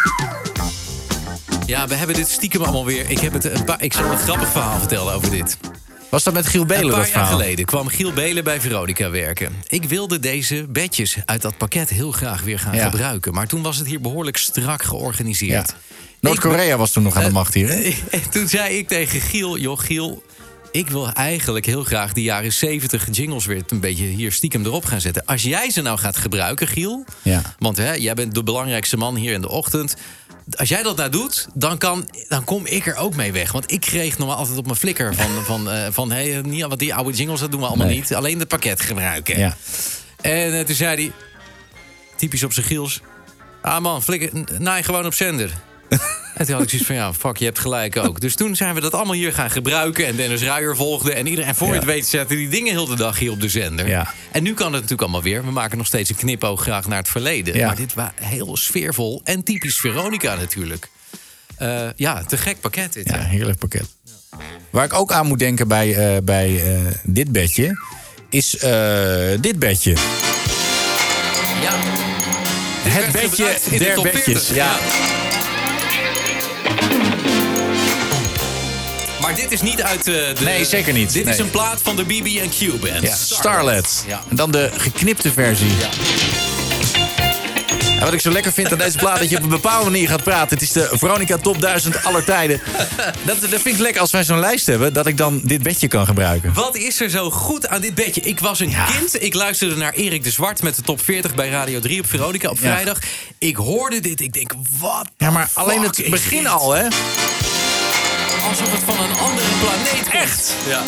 Ja, we hebben dit stiekem allemaal weer. Ik zal een grappig verhaal vertellen over dit. Was dat met Giel Belen? Een paar jaar geleden kwam Giel Belen bij Veronica werken. Ik wilde deze bedjes uit dat pakket heel graag weer gaan gebruiken. Maar toen was het hier behoorlijk strak georganiseerd. Ja. Noord-Korea was toen nog aan de macht hier, hè? En toen zei ik tegen Giel... Joh, Giel, ik wil eigenlijk heel graag die jaren 70 jingles weer een beetje hier stiekem erop gaan zetten. Als jij ze nou gaat gebruiken, Giel... want jij bent de belangrijkste man hier in de ochtend... Als jij dat nou doet, dan kom ik er ook mee weg. Want ik kreeg nog maar altijd op mijn flikker van niet wat die oude jingles, dat doen we allemaal niet. Alleen het pakket gebruiken. Ja. En toen zei hij, typisch op zijn Giels... Ah man, flikker, naai gewoon op zender. En toen had ik zoiets van, ja, fuck, je hebt gelijk ook. Dus toen zijn we dat allemaal hier gaan gebruiken. En Dennis Ruijer volgde. En iedereen, voor je het weet, zetten die dingen heel de dag hier op de zender. Ja. En nu kan het natuurlijk allemaal weer. We maken nog steeds een knipoog graag naar het verleden. Ja. Maar dit was heel sfeervol. En typisch Veronica natuurlijk. Te gek pakket dit. Ja, heerlijk pakket. Ja. Waar ik ook aan moet denken bij dit bedje... is dit bedje. Ja. Het bedje der bedjes. Ja. Maar dit is niet uit de... Nee, zeker niet. Dit is een plaat van de BB&Q Band. Ja, Starlet. Ja. En dan de geknipte versie. Ja. En wat ik zo lekker vind aan deze plaat... dat je op een bepaalde manier gaat praten. Het is de Veronica Top 1000 aller tijden. Dat vind ik lekker als wij zo'n lijst hebben... dat ik dan dit bedje kan gebruiken. Wat is er zo goed aan dit bedje? Ik was een kind. Ik luisterde naar Erik de Zwart met de Top 40 bij Radio 3 op Veronica op vrijdag. Ik hoorde dit. Ik denk, wat? Ja, maar alleen het begin al, hè? Alsof het van een andere planeet komt. Echt? Ja.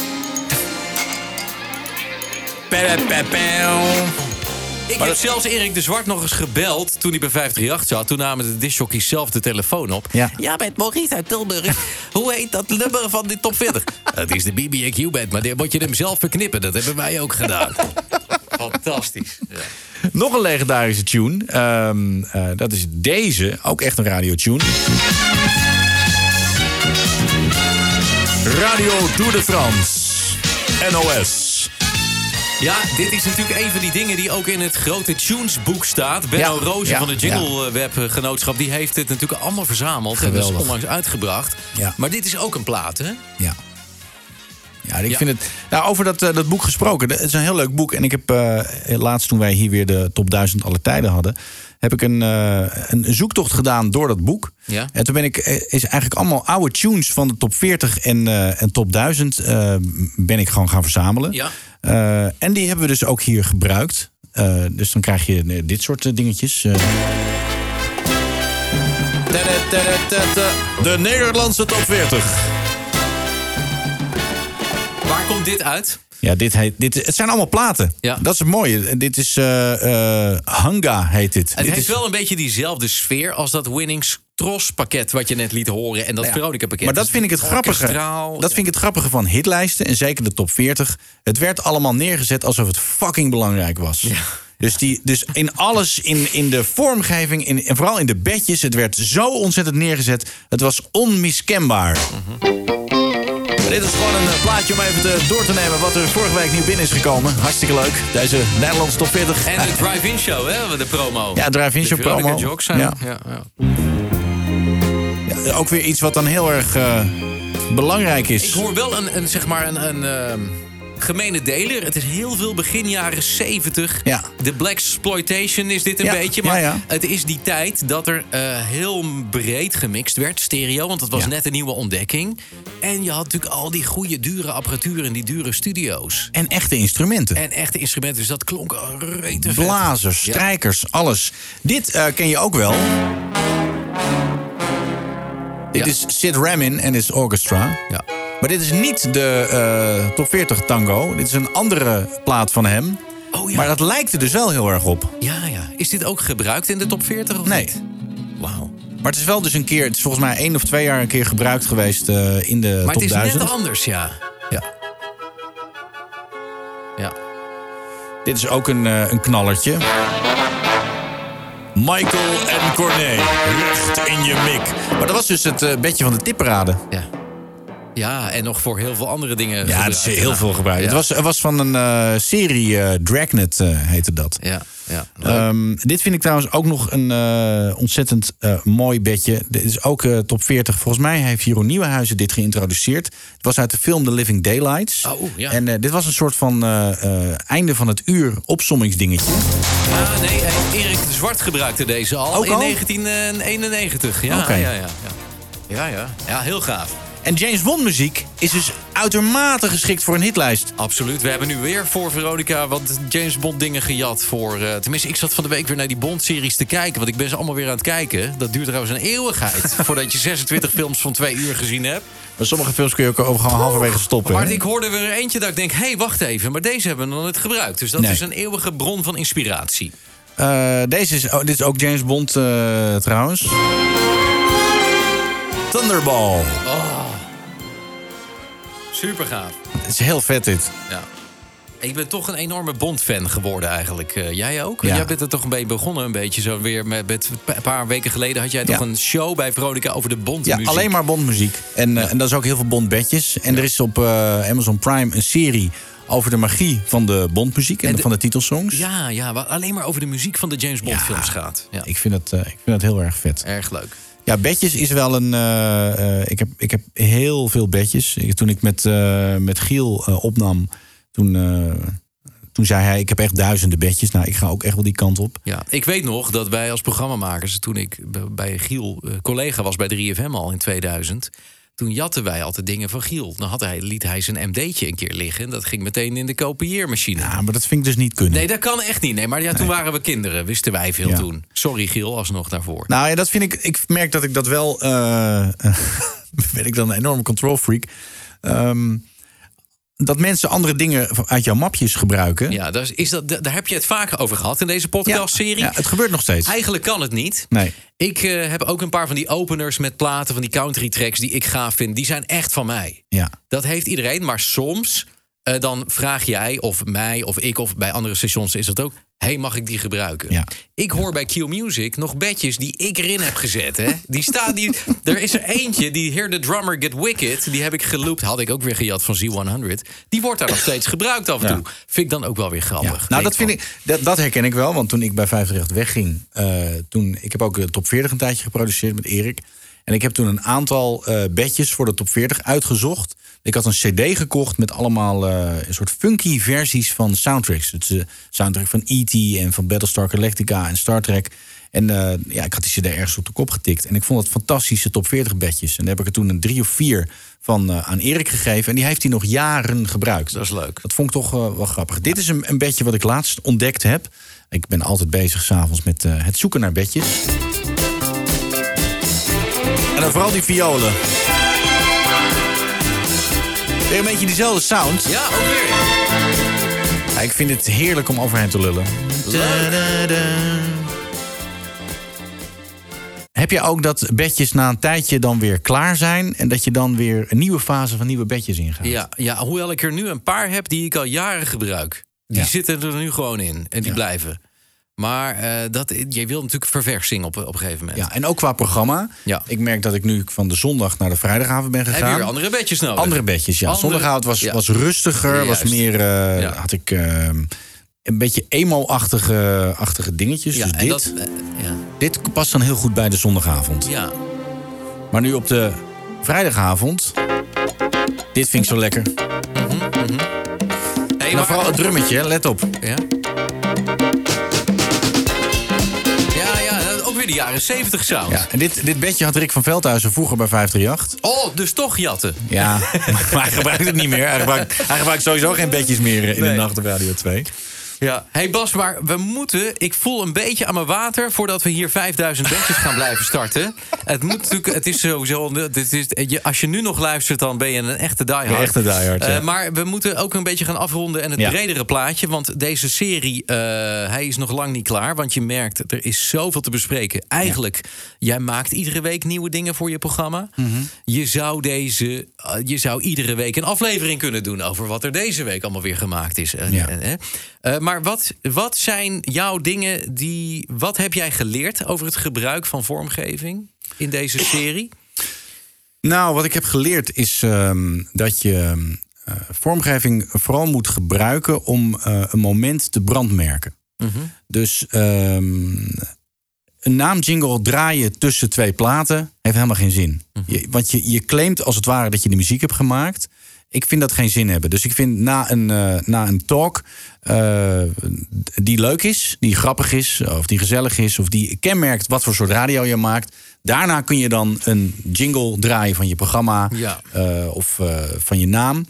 Ik heb zelfs Erik de Zwart nog eens gebeld toen hij bij 538 zat. Toen namen de discjockeys zelf de telefoon op. Ja, met Maurice uit Tilburg. Hoe heet dat nummer van die Top 40? Het is de BB&Q Band, maar dan moet je hem zelf verknippen. Dat hebben wij ook gedaan. Fantastisch. Ja. Nog een legendarische tune. Dat is deze. Ook echt een radiotune. Radio Tour de France. NOS. Ja, dit is natuurlijk een van die dingen die ook in het grote Tunesboek staat. Benno Roosje van de Jingle Web Genootschap... die heeft dit natuurlijk allemaal verzameld. Geweldig. En dus onlangs uitgebracht. Ja. Maar dit is ook een plaat, hè? Ja. Ja, ik vind het... Nou, over dat boek gesproken. Het is een heel leuk boek. En ik heb laatst, toen wij hier weer de Top 1000 aller tijden hadden... heb ik een zoektocht gedaan door dat boek. Ja. En toen is eigenlijk allemaal oude tunes van de Top 40 en Top 1000... ben ik gewoon gaan verzamelen. Ja. En die hebben we dus ook hier gebruikt. Dus dan krijg je dit soort dingetjes. De Nederlandse Top 40. Waar komt dit uit? Ja, het zijn allemaal platen. Ja. Dat is het mooie. Dit is Hanga heet dit. Het heeft wel een beetje diezelfde sfeer als dat Winnings Tros pakket wat je net liet horen en dat Veronica pakket. Maar dat vind ik het grappige. Dat vind ik het grappige van hitlijsten en zeker de Top 40. Het werd allemaal neergezet alsof het fucking belangrijk was. Ja. Dus in alles, in de vormgeving en vooral in de bedjes... het werd zo ontzettend neergezet. Het was onmiskenbaar. Dit is gewoon een plaatje om even door te nemen... wat er vorige week nieuw binnen is gekomen. Hartstikke leuk. Deze Nederlandse top 40. En de drive-in show, hè? De promo. Ja, drive-in show promo. Jocks zijn. Ja. Ja, ook weer iets wat dan heel erg belangrijk is. Ik hoor wel een gemene deler. Het is heel veel begin jaren 70. Ja. De Blaxploitation is dit een beetje. Maar het is die tijd dat er heel breed gemixt werd. Stereo, want het was net een nieuwe ontdekking. En je had natuurlijk al die goede, dure apparatuur in die dure studio's. En echte instrumenten. Dus dat klonk rete vet. Blazers, strijkers, alles. Dit ken je ook wel. Dit is Sid Ramin en his orchestra. Ja. Maar dit is niet de top 40 tango. Dit is een andere plaat van hem. Oh, ja. Maar dat lijkt er dus wel heel erg op. Ja. Is dit ook gebruikt in de top 40 of nee. niet? Wauw. Maar het is wel dus een keer... Het is volgens mij 1 of 2 jaar een keer gebruikt geweest in de top 1000. Maar het is net anders, ja. Dit is ook een knallertje. Michael en Corné, recht in je mik. Maar dat was dus het bedje van de tipparade. Ja, en nog voor heel veel andere dingen. Ja, dat is heel veel gebruikt. Ja. Het was van een serie, Dragnet heette dat. Ja. Dit vind ik trouwens ook nog een ontzettend mooi bedje. Dit is ook top 40. Volgens mij heeft Jeroen Nieuwenhuizen dit geïntroduceerd. Het was uit de film The Living Daylights. Oh, ja. En dit was een soort van einde van het uur opsommingsdingetje. Nee, Erik de Zwart gebruikte deze al in 1991. Ja, okay. Ja, heel gaaf. En James Bond muziek is dus uitermate geschikt voor een hitlijst. Absoluut. We hebben nu weer voor Veronica wat James Bond dingen gejat voor... tenminste, ik zat van de week weer naar die Bond-series te kijken. Want ik ben ze allemaal weer aan het kijken. Dat duurt trouwens een eeuwigheid voordat je 26 films van 2 uur gezien hebt. Maar sommige films kun je ook gewoon halverwege stoppen. Maar ik hoorde er eentje dat ik denk... hé, wacht even, maar deze hebben we nog nooit gebruikt. Dus dat is een eeuwige bron van inspiratie. Dit is ook James Bond trouwens. Thunderball. Oh. Super gaaf. Het is heel vet dit. Ja. Ik ben toch een enorme Bond-fan geworden eigenlijk. Jij ook? Ja. Jij bent er toch een beetje begonnen, een beetje zo weer met een paar weken geleden had jij toch een show bij Veronica over de Bond-muziek. Ja, alleen maar Bond-muziek. En dat is ook heel veel Bond-bedjes. En er is op Amazon Prime een serie over de magie van de Bond-muziek en van de titelsongs. Ja, wat alleen maar over de muziek van de James Bond-films gaat. Ja. Ik vind het heel erg vet. Erg leuk. Ja, bedjes is wel een... Ik heb heel veel bedjes. Toen ik met Giel opnam, toen zei hij... ik heb echt duizenden bedjes. Nou, ik ga ook echt wel die kant op. Ja, ik weet nog dat wij als programmamakers... toen ik bij Giel collega was bij 3FM al in 2000... toen jatten wij altijd dingen van Giel. Dan liet hij zijn MD'tje een keer liggen. En dat ging meteen in de kopieermachine. Ja, maar dat vind ik dus niet kunnen. Nee, dat kan echt niet. Nee, maar toen waren we kinderen. Wisten wij veel toen. Sorry Giel, alsnog daarvoor. Nou ja, dat vind ik... Ik merk dat ik dat wel... ben ik dan een enorme control freak. Dat mensen andere dingen uit jouw mapjes gebruiken. Ja, daar heb je het vaker over gehad in deze podcastserie. Ja, het gebeurt nog steeds. Eigenlijk kan het niet. Nee. Ik heb ook een paar van die openers met platen van die country tracks die ik gaaf vind. Die zijn echt van mij. Ja. Dat heeft iedereen, maar soms dan vraag jij of mij of ik of bij andere stations is dat ook... hey, mag ik die gebruiken? Ja. Ik hoor bij Q-Music nog bedjes die ik erin heb gezet. Hè? Er is er eentje, die Hear the Drummer Get Wicked. Die heb ik geloopt, had ik ook weer gejat van Z100. Die wordt daar nog steeds gebruikt af en toe. Vind ik dan ook wel weer grappig. Ja. Nou, dat herken ik wel. Want toen ik bij 538 wegging... ik heb ook de top 40 een tijdje geproduceerd met Erik. En ik heb toen een aantal bedjes voor de top 40 uitgezocht. Ik had een cd gekocht met allemaal een soort funky versies van soundtracks. Het is de soundtrack van E.T. en van Battlestar Galactica en Star Trek. En ik had die cd ergens op de kop getikt. En ik vond het fantastische top 40 bedjes. En daar heb ik er toen een 3 of 4 van aan Erik gegeven. En die heeft hij nog jaren gebruikt. Dat is leuk. Dat vond ik toch wel grappig. Ja. Dit is een bedje wat ik laatst ontdekt heb. Ik ben altijd bezig 's avonds met het zoeken naar bedjes. En dan vooral die violen. Weer een beetje diezelfde sound. Ja, ook weer. Ja, ik vind het heerlijk om overheen te lullen. Heb je ook dat bedjes na een tijdje dan weer klaar zijn... en dat je dan weer een nieuwe fase van nieuwe bedjes ingaat? Ja, hoewel ik er nu een paar heb die ik al jaren gebruik. Die zitten er nu gewoon in en die blijven. Maar je wil natuurlijk verversing op een gegeven moment. Ja, en ook qua programma. Ja. Ik merk dat ik nu van de zondag naar de vrijdagavond ben gegaan. Heb je weer andere bedjes nodig? Andere bedjes, ja. Zondagavond was rustiger. Was meer, had ik een beetje emo-achtige dingetjes. Ja, dus dit past dan heel goed bij de zondagavond. Ja. Maar nu op de vrijdagavond... Dit vind ik zo lekker. Hey, maar vooral het drummetje, let op. Ja. Ook weer de jaren 70 sound. Ja, en dit bedje had Rick van Veldhuizen vroeger bij 538. Oh, dus toch jatten. Ja, maar hij gebruikt het niet meer. Hij gebruikt sowieso geen bedjes meer in de nacht op Radio 2. Ja. Hey Bas, maar we moeten... Ik voel een beetje aan mijn water voordat we hier 5000 bedjes gaan blijven starten. Het moet natuurlijk... Het is sowieso... Als je nu nog luistert, dan ben je een echte diehard. Een echte diehard, ja. Maar we moeten ook een beetje gaan afronden en het bredere plaatje. Want deze serie, hij is nog lang niet klaar. Want je merkt, er is zoveel te bespreken. Eigenlijk, jij maakt iedere week nieuwe dingen voor je programma. Je zou iedere week een aflevering kunnen doen over wat er deze week allemaal weer gemaakt is. Maar wat zijn jouw dingen wat heb jij geleerd over het gebruik van vormgeving in deze serie? Nou, wat ik heb geleerd is dat je vormgeving vooral moet gebruiken om een moment te brandmerken. Dus een naamjingle draaien tussen twee platen heeft helemaal geen zin. Want je claimt als het ware dat je de muziek hebt gemaakt. Ik vind dat geen zin hebben. Dus ik vind na een talk die leuk is, die grappig is, of die gezellig is, of die kenmerkt wat voor soort radio je maakt. Daarna kun je dan een jingle draaien van je programma of van je naam.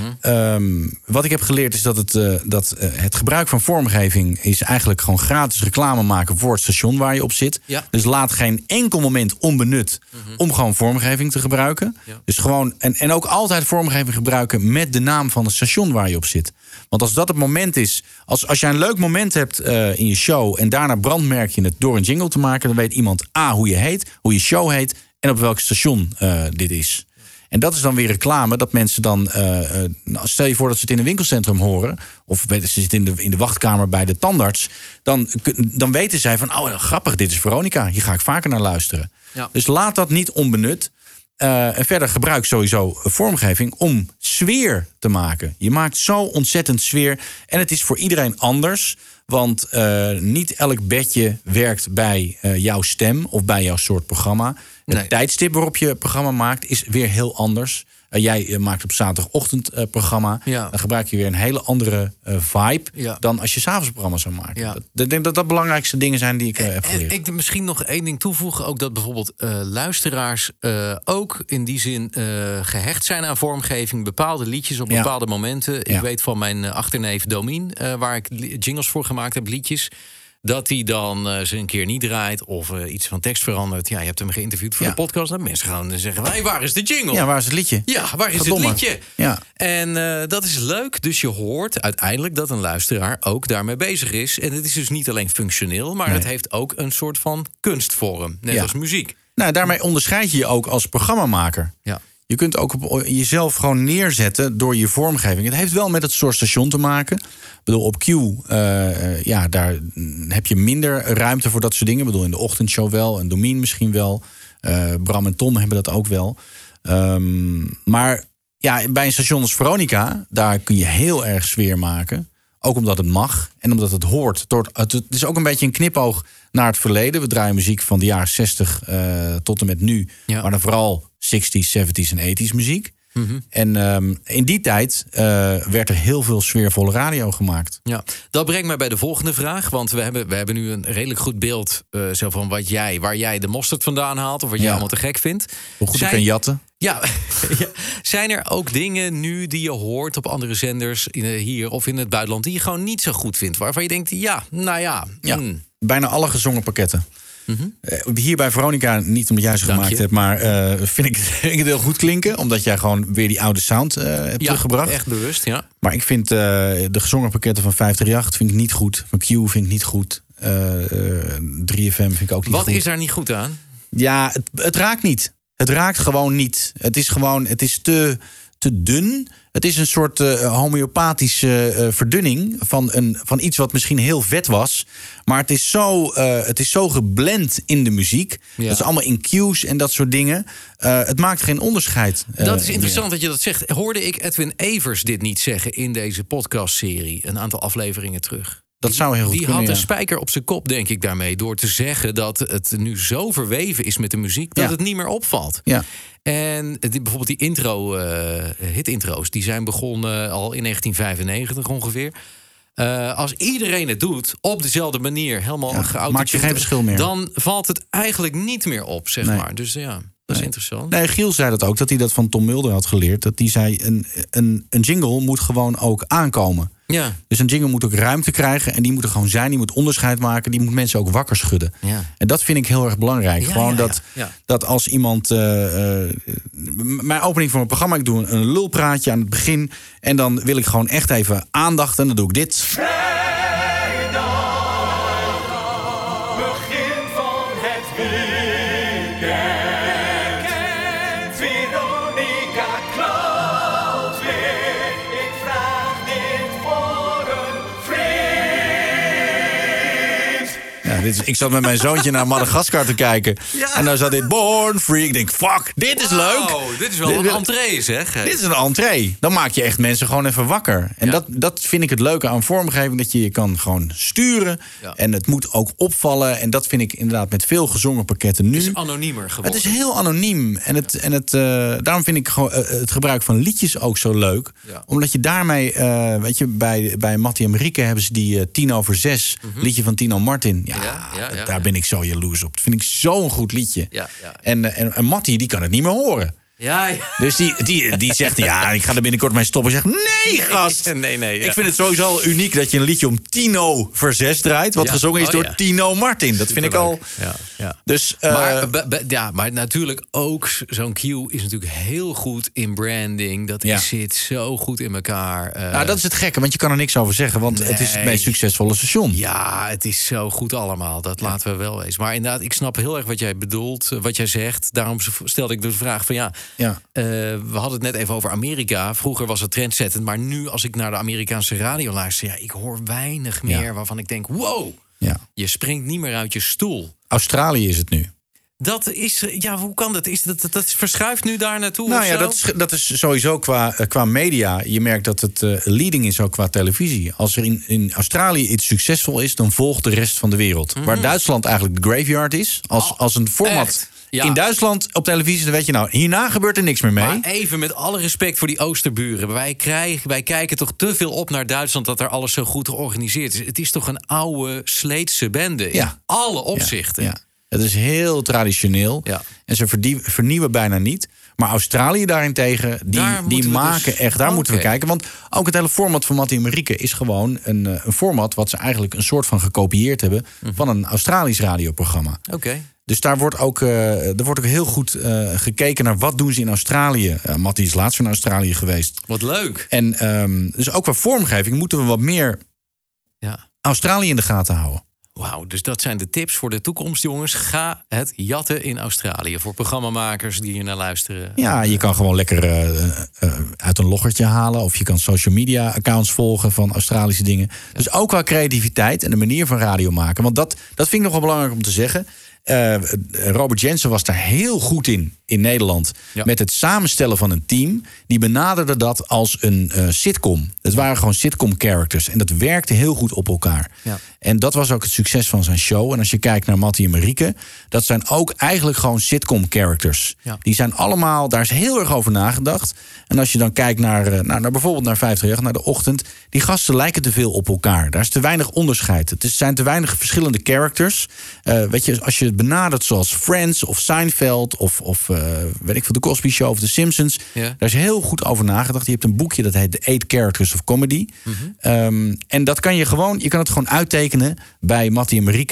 Wat ik heb geleerd is dat het gebruik van vormgeving is eigenlijk gewoon gratis reclame maken voor het station waar je op zit. Ja. Dus laat geen enkel moment onbenut om gewoon vormgeving te gebruiken. Ja. Dus gewoon en ook altijd vormgeving gebruiken met de naam van het station waar je op zit. Want als dat het moment is, als jij een leuk moment hebt in je show en daarna brandmerk je het door een jingle te maken, dan weet iemand hoe je heet, hoe je show heet en op welk station dit is. En dat is dan weer reclame, dat mensen dan... stel je voor dat ze het in een winkelcentrum horen, of ze zitten in de wachtkamer bij de tandarts, dan weten zij van, grappig, dit is Veronica, hier ga ik vaker naar luisteren. Ja. Dus laat dat niet onbenut. En verder gebruik sowieso vormgeving om sfeer te maken. Je maakt zo ontzettend sfeer. En het is voor iedereen anders. Want niet elk bedje werkt bij jouw stem of bij jouw soort programma. Het tijdstip waarop je programma maakt is weer heel anders. Jij maakt op zaterdagochtend programma. Ja. Dan gebruik je weer een hele andere vibe dan als je 's avonds programma zou maken. Ja. Ik denk dat dat belangrijkste dingen zijn die ik heb geleerd. Ik misschien nog één ding toevoegen. Ook dat bijvoorbeeld luisteraars ook in die zin gehecht zijn aan vormgeving. Bepaalde liedjes op bepaalde momenten. Ja. Ik weet van mijn achterneef Domien, waar ik jingles voor gemaakt heb, liedjes. Dat hij dan ze een keer niet draait of iets van tekst verandert. Ja, je hebt hem geïnterviewd voor de podcast. En mensen gaan zeggen, waar is de jingle? Ja, waar is het liedje? Ja, waar is het liedje? Ja. En dat is leuk. Dus je hoort uiteindelijk dat een luisteraar ook daarmee bezig is. En het is dus niet alleen functioneel, maar het heeft ook een soort van kunstvorm. Net als muziek. Nou, daarmee onderscheid je je ook als programmamaker. Ja. Je kunt ook op jezelf gewoon neerzetten door je vormgeving. Het heeft wel met het soort station te maken. Ik bedoel, op Q, daar heb je minder ruimte voor dat soort dingen. Ik bedoel, in de ochtendshow wel, en Domien misschien wel. Bram en Tom hebben dat ook wel. Maar bij een station als Veronica, daar kun je heel erg sfeer maken. Ook omdat het mag en omdat het hoort. Het is ook een beetje een knipoog naar het verleden. We draaien muziek van de jaren 60 tot en met nu. Ja. Maar dan vooral 60s, 70s en 80s muziek. En in die tijd werd er heel veel sfeervolle radio gemaakt. Ja, dat brengt mij bij de volgende vraag. Want we hebben nu een redelijk goed beeld zo van waar jij de mosterd vandaan haalt. Of wat jij allemaal te gek vindt. Hoe goed ik kan jatten. Ja, zijn er ook dingen nu die je hoort op andere zenders hier of in het buitenland die je gewoon niet zo goed vindt? Waarvan je denkt, bijna alle gezongen pakketten. Hier bij Veronica, niet omdat jij ze gemaakt hebt, maar vind ik het heel goed klinken. Omdat jij gewoon weer die oude sound hebt teruggebracht. Echt bewust, ja. Maar ik vind de gezongen pakketten van 538 vind ik niet goed. Van Q vind ik niet goed. 3FM vind ik ook niet goed. Wat is daar niet goed aan? Ja, het raakt niet. Het raakt gewoon niet. Het is te te dun. Het is een soort homeopathische verdunning van iets wat misschien heel vet was. Maar het is zo geblend in de muziek. Ja. Dat is allemaal in cues en dat soort dingen. Het maakt geen onderscheid. Dat is interessant dat je dat zegt. Hoorde ik Edwin Evers dit niet zeggen in deze podcastserie een aantal afleveringen terug? Dat zou heel goed Die kunnen, had een spijker op zijn kop, denk ik, daarmee. Door te zeggen dat het nu zo verweven is met de muziek dat het niet meer opvalt. Ja. En bijvoorbeeld die hit-intro's, die zijn begonnen al in 1995 ongeveer. Als iedereen het doet op dezelfde manier, helemaal geautotuned, maak je geen verschil meer. Dan valt het eigenlijk niet meer op, zeg maar. Dus ja, dat is interessant. Nee, Giel zei dat ook, dat hij dat van Tom Mulder had geleerd. Dat hij zei, een jingle moet gewoon ook aankomen. Ja. Dus een jingle moet ook ruimte krijgen. En die moet er gewoon zijn. Die moet onderscheid maken. Die moet mensen ook wakker schudden. Ja. En dat vind ik heel erg belangrijk. Ja, gewoon ja. dat als iemand... mijn opening van mijn programma... ik doe een lulpraatje aan het begin. En dan wil ik gewoon echt even aandacht. En dan doe ik dit. Ik zat met mijn zoontje naar Madagaskar te kijken. Ja. En dan zat dit Born Free. Ik denk, fuck, dit is leuk. Dit is wel een entree, zeg. Dit is een entree. Dan maak je echt mensen gewoon even wakker. En dat vind ik het leuke aan vormgeving. Dat je kan gewoon sturen. Ja. En het moet ook opvallen. En dat vind ik inderdaad met veel gezongen pakketten nu. Het is anoniemer geworden. Het is heel anoniem. En daarom vind ik het gebruik van liedjes ook zo leuk. Ja. Omdat je daarmee, weet je, bij Mattie en Marieke hebben ze die 5:10 liedje van Tino Martin. Ja, daar ben ik zo jaloers op. Dat vind ik zo'n goed liedje. Ja. En Mattie, die kan het niet meer horen. Ja. Dus die zegt, ik ga er binnenkort mee stoppen. En zegt, nee, gast. Nee. Ik vind het sowieso uniek dat je een liedje om 5:10 draait. Wat gezongen is door Tino Martin. Dat vind ik al... Ja. Dus, maar natuurlijk ook zo'n cue is natuurlijk heel goed in branding. Dat zit zo goed in elkaar. Dat is het gekke, want je kan er niks over zeggen. Want het is het meest succesvolle station. Ja, het is zo goed allemaal. Dat laten we wel eens. Maar inderdaad, ik snap heel erg wat jij bedoelt. Wat jij zegt. Daarom stelde ik de vraag van we hadden het net even over Amerika. Vroeger was het trendzettend. Maar nu als ik naar de Amerikaanse radio luister... ik hoor weinig meer waarvan ik denk... wow, je springt niet meer uit je stoel. Australië is het nu. Dat is, hoe kan dat? Dat verschuift nu daar naartoe? Nou ja, dat is sowieso qua media. Je merkt dat het leading is ook qua televisie. Als er in Australië iets succesvol is, dan volgt de rest van de wereld. Waar Duitsland eigenlijk de graveyard is. Als een format... Echt? Ja. In Duitsland op televisie, dan weet je hierna gebeurt er niks meer mee. Maar even met alle respect voor die Oosterburen. Wij kijken toch te veel op naar Duitsland... dat er alles zo goed georganiseerd is. Het is toch een oude Sleetse bende in alle opzichten. Ja. Het is heel traditioneel. Ja. En ze vernieuwen bijna niet. Maar Australië daarentegen, die maken dus echt... Daar moeten we kijken. Want ook het hele format van Mattie en Marieke... is gewoon een format wat ze eigenlijk een soort van gekopieerd hebben... van een Australisch radioprogramma. Oké. Dus daar wordt ook heel goed gekeken naar wat doen ze in Australië. Mattie is laatst in Australië geweest. Wat leuk. En dus ook qua vormgeving moeten we wat meer Australië in de gaten houden. Wauw, dus dat zijn de tips voor de toekomst, jongens. Ga het jatten in Australië. Voor programmamakers die hier naar luisteren. Ja, je kan gewoon lekker uit een loggertje halen. Of je kan social media accounts volgen van Australische dingen. Ja. Dus ook qua creativiteit en de manier van radio maken. Want dat vind ik nog wel belangrijk om te zeggen. Robert Jensen was daar heel goed in Nederland. Ja. Met het samenstellen van een team. Die benaderde dat als een sitcom. Het waren gewoon sitcom characters. En dat werkte heel goed op elkaar. Ja. En dat was ook het succes van zijn show. En als je kijkt naar Mattie en Marieke... dat zijn ook eigenlijk gewoon sitcom characters. Ja. Die zijn allemaal... Daar is heel erg over nagedacht. En als je dan kijkt naar bijvoorbeeld naar 538, naar de ochtend... die gasten lijken te veel op elkaar. Daar is te weinig onderscheid. Het zijn te weinig verschillende characters. Weet je, als je het benadert zoals Friends of Seinfeld... of weet ik veel, de Cosby Show of The Simpsons... daar is heel goed over nagedacht. Je hebt een boekje dat heet The 8 Characters of Comedy. En dat kan je kan het gewoon uittekenen bij Mattie en Marieke.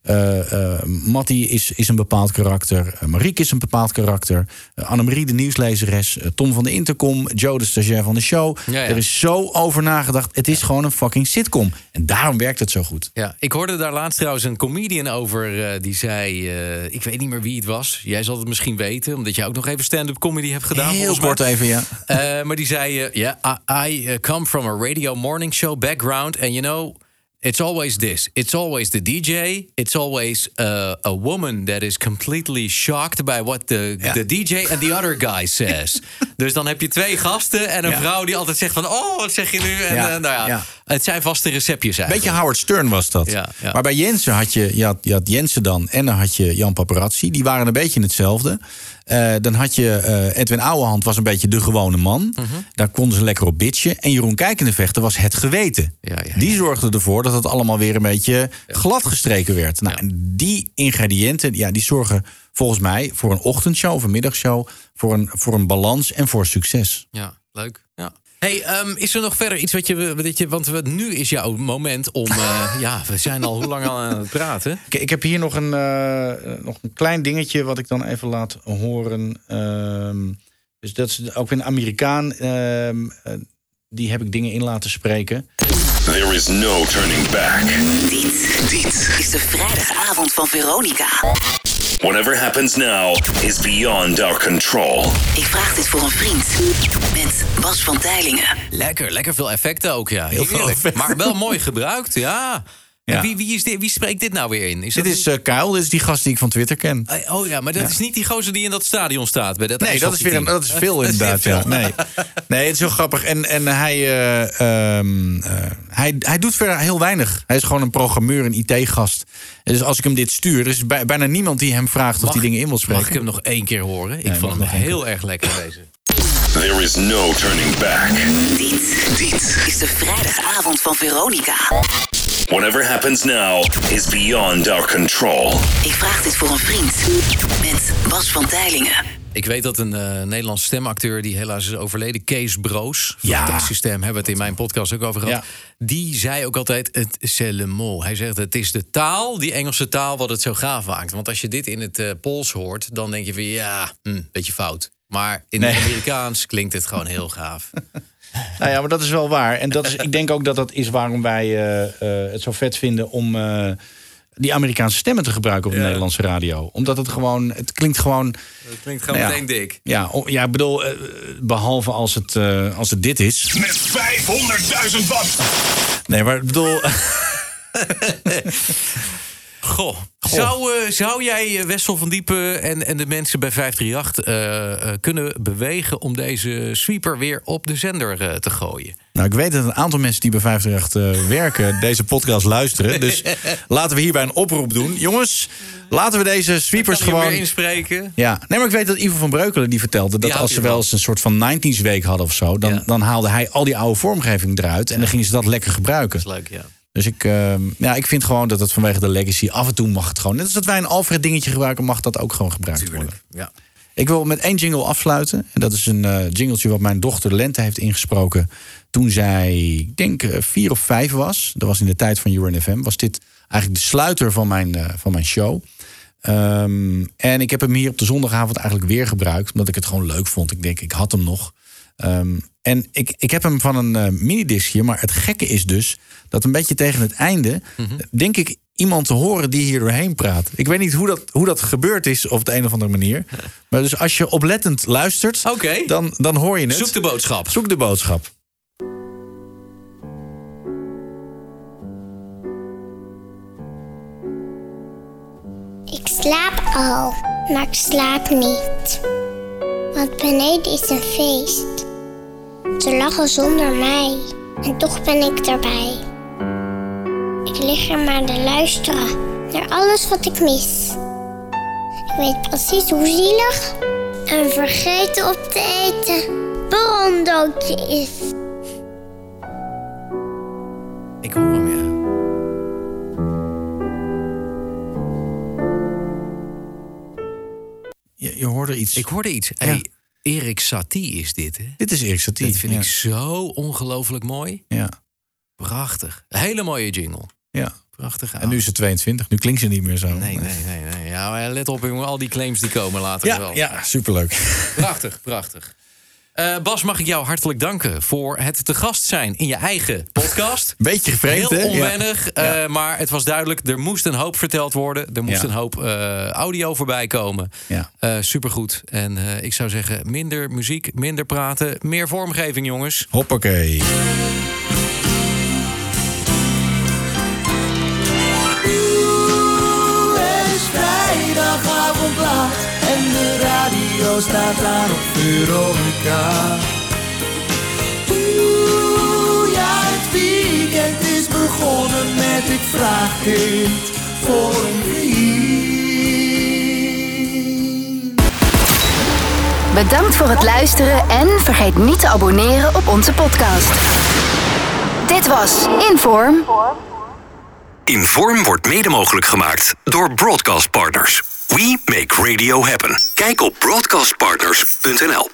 Mattie is een bepaald karakter. Marieke is een bepaald karakter. Annemarie, de nieuwslezeres. Tom van de Intercom. Joe, de stagiair van de show. Ja. Er is zo over nagedacht. Het is gewoon een fucking sitcom. En daarom werkt het zo goed. Ja, ik hoorde daar laatst trouwens een comedian over. Die zei, ik weet niet meer wie het was. Jij zal het misschien weten, omdat jij ook nog even stand-up comedy hebt gedaan. Heel kort even, ja. Maar die zei, I come from a radio morning show background. And you know, it's always this. It's always the DJ. It's always a woman that is completely shocked by what the DJ and the other guy says. Dus dan heb je 2 gasten en een vrouw die altijd zegt van... oh, wat zeg je nu? En, het zijn vaste receptjes eigenlijk. Beetje Howard Stern was dat. Ja. Maar bij Jensen had je had Jensen dan en dan had je Jan Paparazzi. Die waren een beetje hetzelfde. Dan had je Edwin Ouwehand, was een beetje de gewone man. Daar konden ze lekker op bitchen. En Jeroen Kijkendevechter was het geweten. Die zorgde ervoor dat het allemaal weer een beetje glad gestreken werd. Nou, en die ingrediënten, die zorgen volgens mij voor een ochtendshow of een middagshow, voor een balans en voor succes. Ja, leuk. Ja. Hey, is er nog verder iets wat je want nu is jouw moment om... we zijn al hoe lang al aan het praten? Ik heb hier nog een klein dingetje wat ik dan even laat horen. Dus dat is ook een Amerikaan. Die heb ik dingen in laten spreken. There is no turning back. Dit is de vrijdagavond van Veronica. Whatever happens now is beyond our control. Ik vraag dit voor een vriend. Met Bas van Teylingen. Lekker veel effecten ook, ja. Heel veel effecten. Maar wel mooi gebruikt, ja. Ja. En wie spreekt dit nou weer in? Dit is Kyle, dit is die gast die ik van Twitter ken. Oh ja, maar dat is niet die gozer die in dat stadion staat. Bij dat nee, dat is veel inderdaad. Ja. Nee, het is heel grappig. En hij doet verder heel weinig. Hij is gewoon een programmeur, een IT-gast. Dus als ik hem dit stuur, er is bijna niemand die hem vraagt of hij dingen in wil spreken. Mag ik hem nog 1 keer horen? Ik vond hem heel erg lekker deze. There is no turning back. Dit is de vrijdagavond van Veronica. Whatever happens now is beyond our control. Ik vraag dit voor een vriend. Met Bas van Teylingen. Ik weet dat een Nederlandse stemacteur die helaas is overleden, Kees Broos, fantastisch stem, hebben we het in mijn podcast ook over gehad. Ja. Die zei ook altijd, het c'est le mot. Hij zegt, het is de taal, die Engelse taal, wat het zo gaaf maakt. Want als je dit in het Pools hoort, dan denk je van beetje fout. Maar in het Amerikaans klinkt het gewoon heel gaaf. Nou ja, maar dat is wel waar. En ik denk ook dat is waarom wij het zo vet vinden om die Amerikaanse stemmen te gebruiken op de Nederlandse radio. Omdat het klinkt gewoon... Het klinkt gewoon meteen dik. Ja, ik bedoel, behalve als het dit is. Met 500.000 watt. Nee, maar ik bedoel... Goh. Zou jij Wessel van Diepen en de mensen bij 538 kunnen bewegen om deze sweeper weer op de zender te gooien? Nou, ik weet dat een aantal mensen die bij 538 werken deze podcast luisteren. Dus laten we hierbij een oproep doen. Jongens, laten we deze sweepers gewoon... weer inspreken. Ja, nee, maar ik weet dat Ivo van Breukelen die vertelde dat als ze wel eens een soort van 90s week hadden of zo, dan haalde hij al die oude vormgeving eruit en dan gingen ze dat lekker gebruiken. Dat is leuk, ja. Dus ik vind gewoon dat het vanwege de legacy af en toe mag het gewoon. Net als dat wij een Alfred dingetje gebruiken, mag dat ook gewoon gebruikt worden. Ja. Ik wil met 1 jingle afsluiten. En dat is een jingletje wat mijn dochter Lente heeft ingesproken toen zij, ik denk, 4 of 5 was. Dat was in de tijd van URN-FM. Was dit eigenlijk de sluiter van mijn show. En ik heb hem hier op de zondagavond eigenlijk weer gebruikt, omdat ik het gewoon leuk vond. Ik denk, ik had hem nog. En ik heb hem van een minidisc hier. Maar het gekke is dus dat een beetje tegen het einde... denk ik iemand te horen die hier doorheen praat. Ik weet niet hoe dat gebeurd is op de een of andere manier. Maar dus als je oplettend luistert, dan hoor je het. Zoek de boodschap. Zoek de boodschap. Ik slaap al, maar ik slaap niet. Want beneden is een feest. Ze lachen zonder mij en toch ben ik erbij. Ik lig er maar te luisteren naar alles wat ik mis. Ik weet precies hoe zielig en vergeten op te eten brondootje is. Ik hoor hem, ja. Je hoorde iets. Ik hoorde iets. Ja. Hey, Erik Satie is dit, hè? Dit is Erik Satie. Dat vind ik zo ongelooflijk mooi. Ja. Prachtig. Een hele mooie jingle. Ja. Prachtig. En nu is ze 22. Nu klinkt ze niet meer zo. Nee. Ja, maar let op, jongen. Al die claims die komen later wel. Ja, superleuk. Prachtig. Bas, mag ik jou hartelijk danken voor het te gast zijn in je eigen podcast. Beetje gevreemd, hè? Heel onwennig, maar het was duidelijk. Er moest een hoop verteld worden. Er moest een hoop audio voorbij komen. Ja. Supergoed. En ik zou zeggen, minder muziek, minder praten, meer vormgeving, jongens. Hoppakee. Het is vrijdagavond laat en de radio staat aan op Veronica. Ja, het weekend is begonnen met ik vraag kind voor een vriend. Bedankt voor het luisteren en vergeet niet te abonneren op onze podcast. Dit was Inform. Inform wordt mede mogelijk gemaakt door Broadcast Partners. We make radio happen. Kijk op broadcastpartners.nl.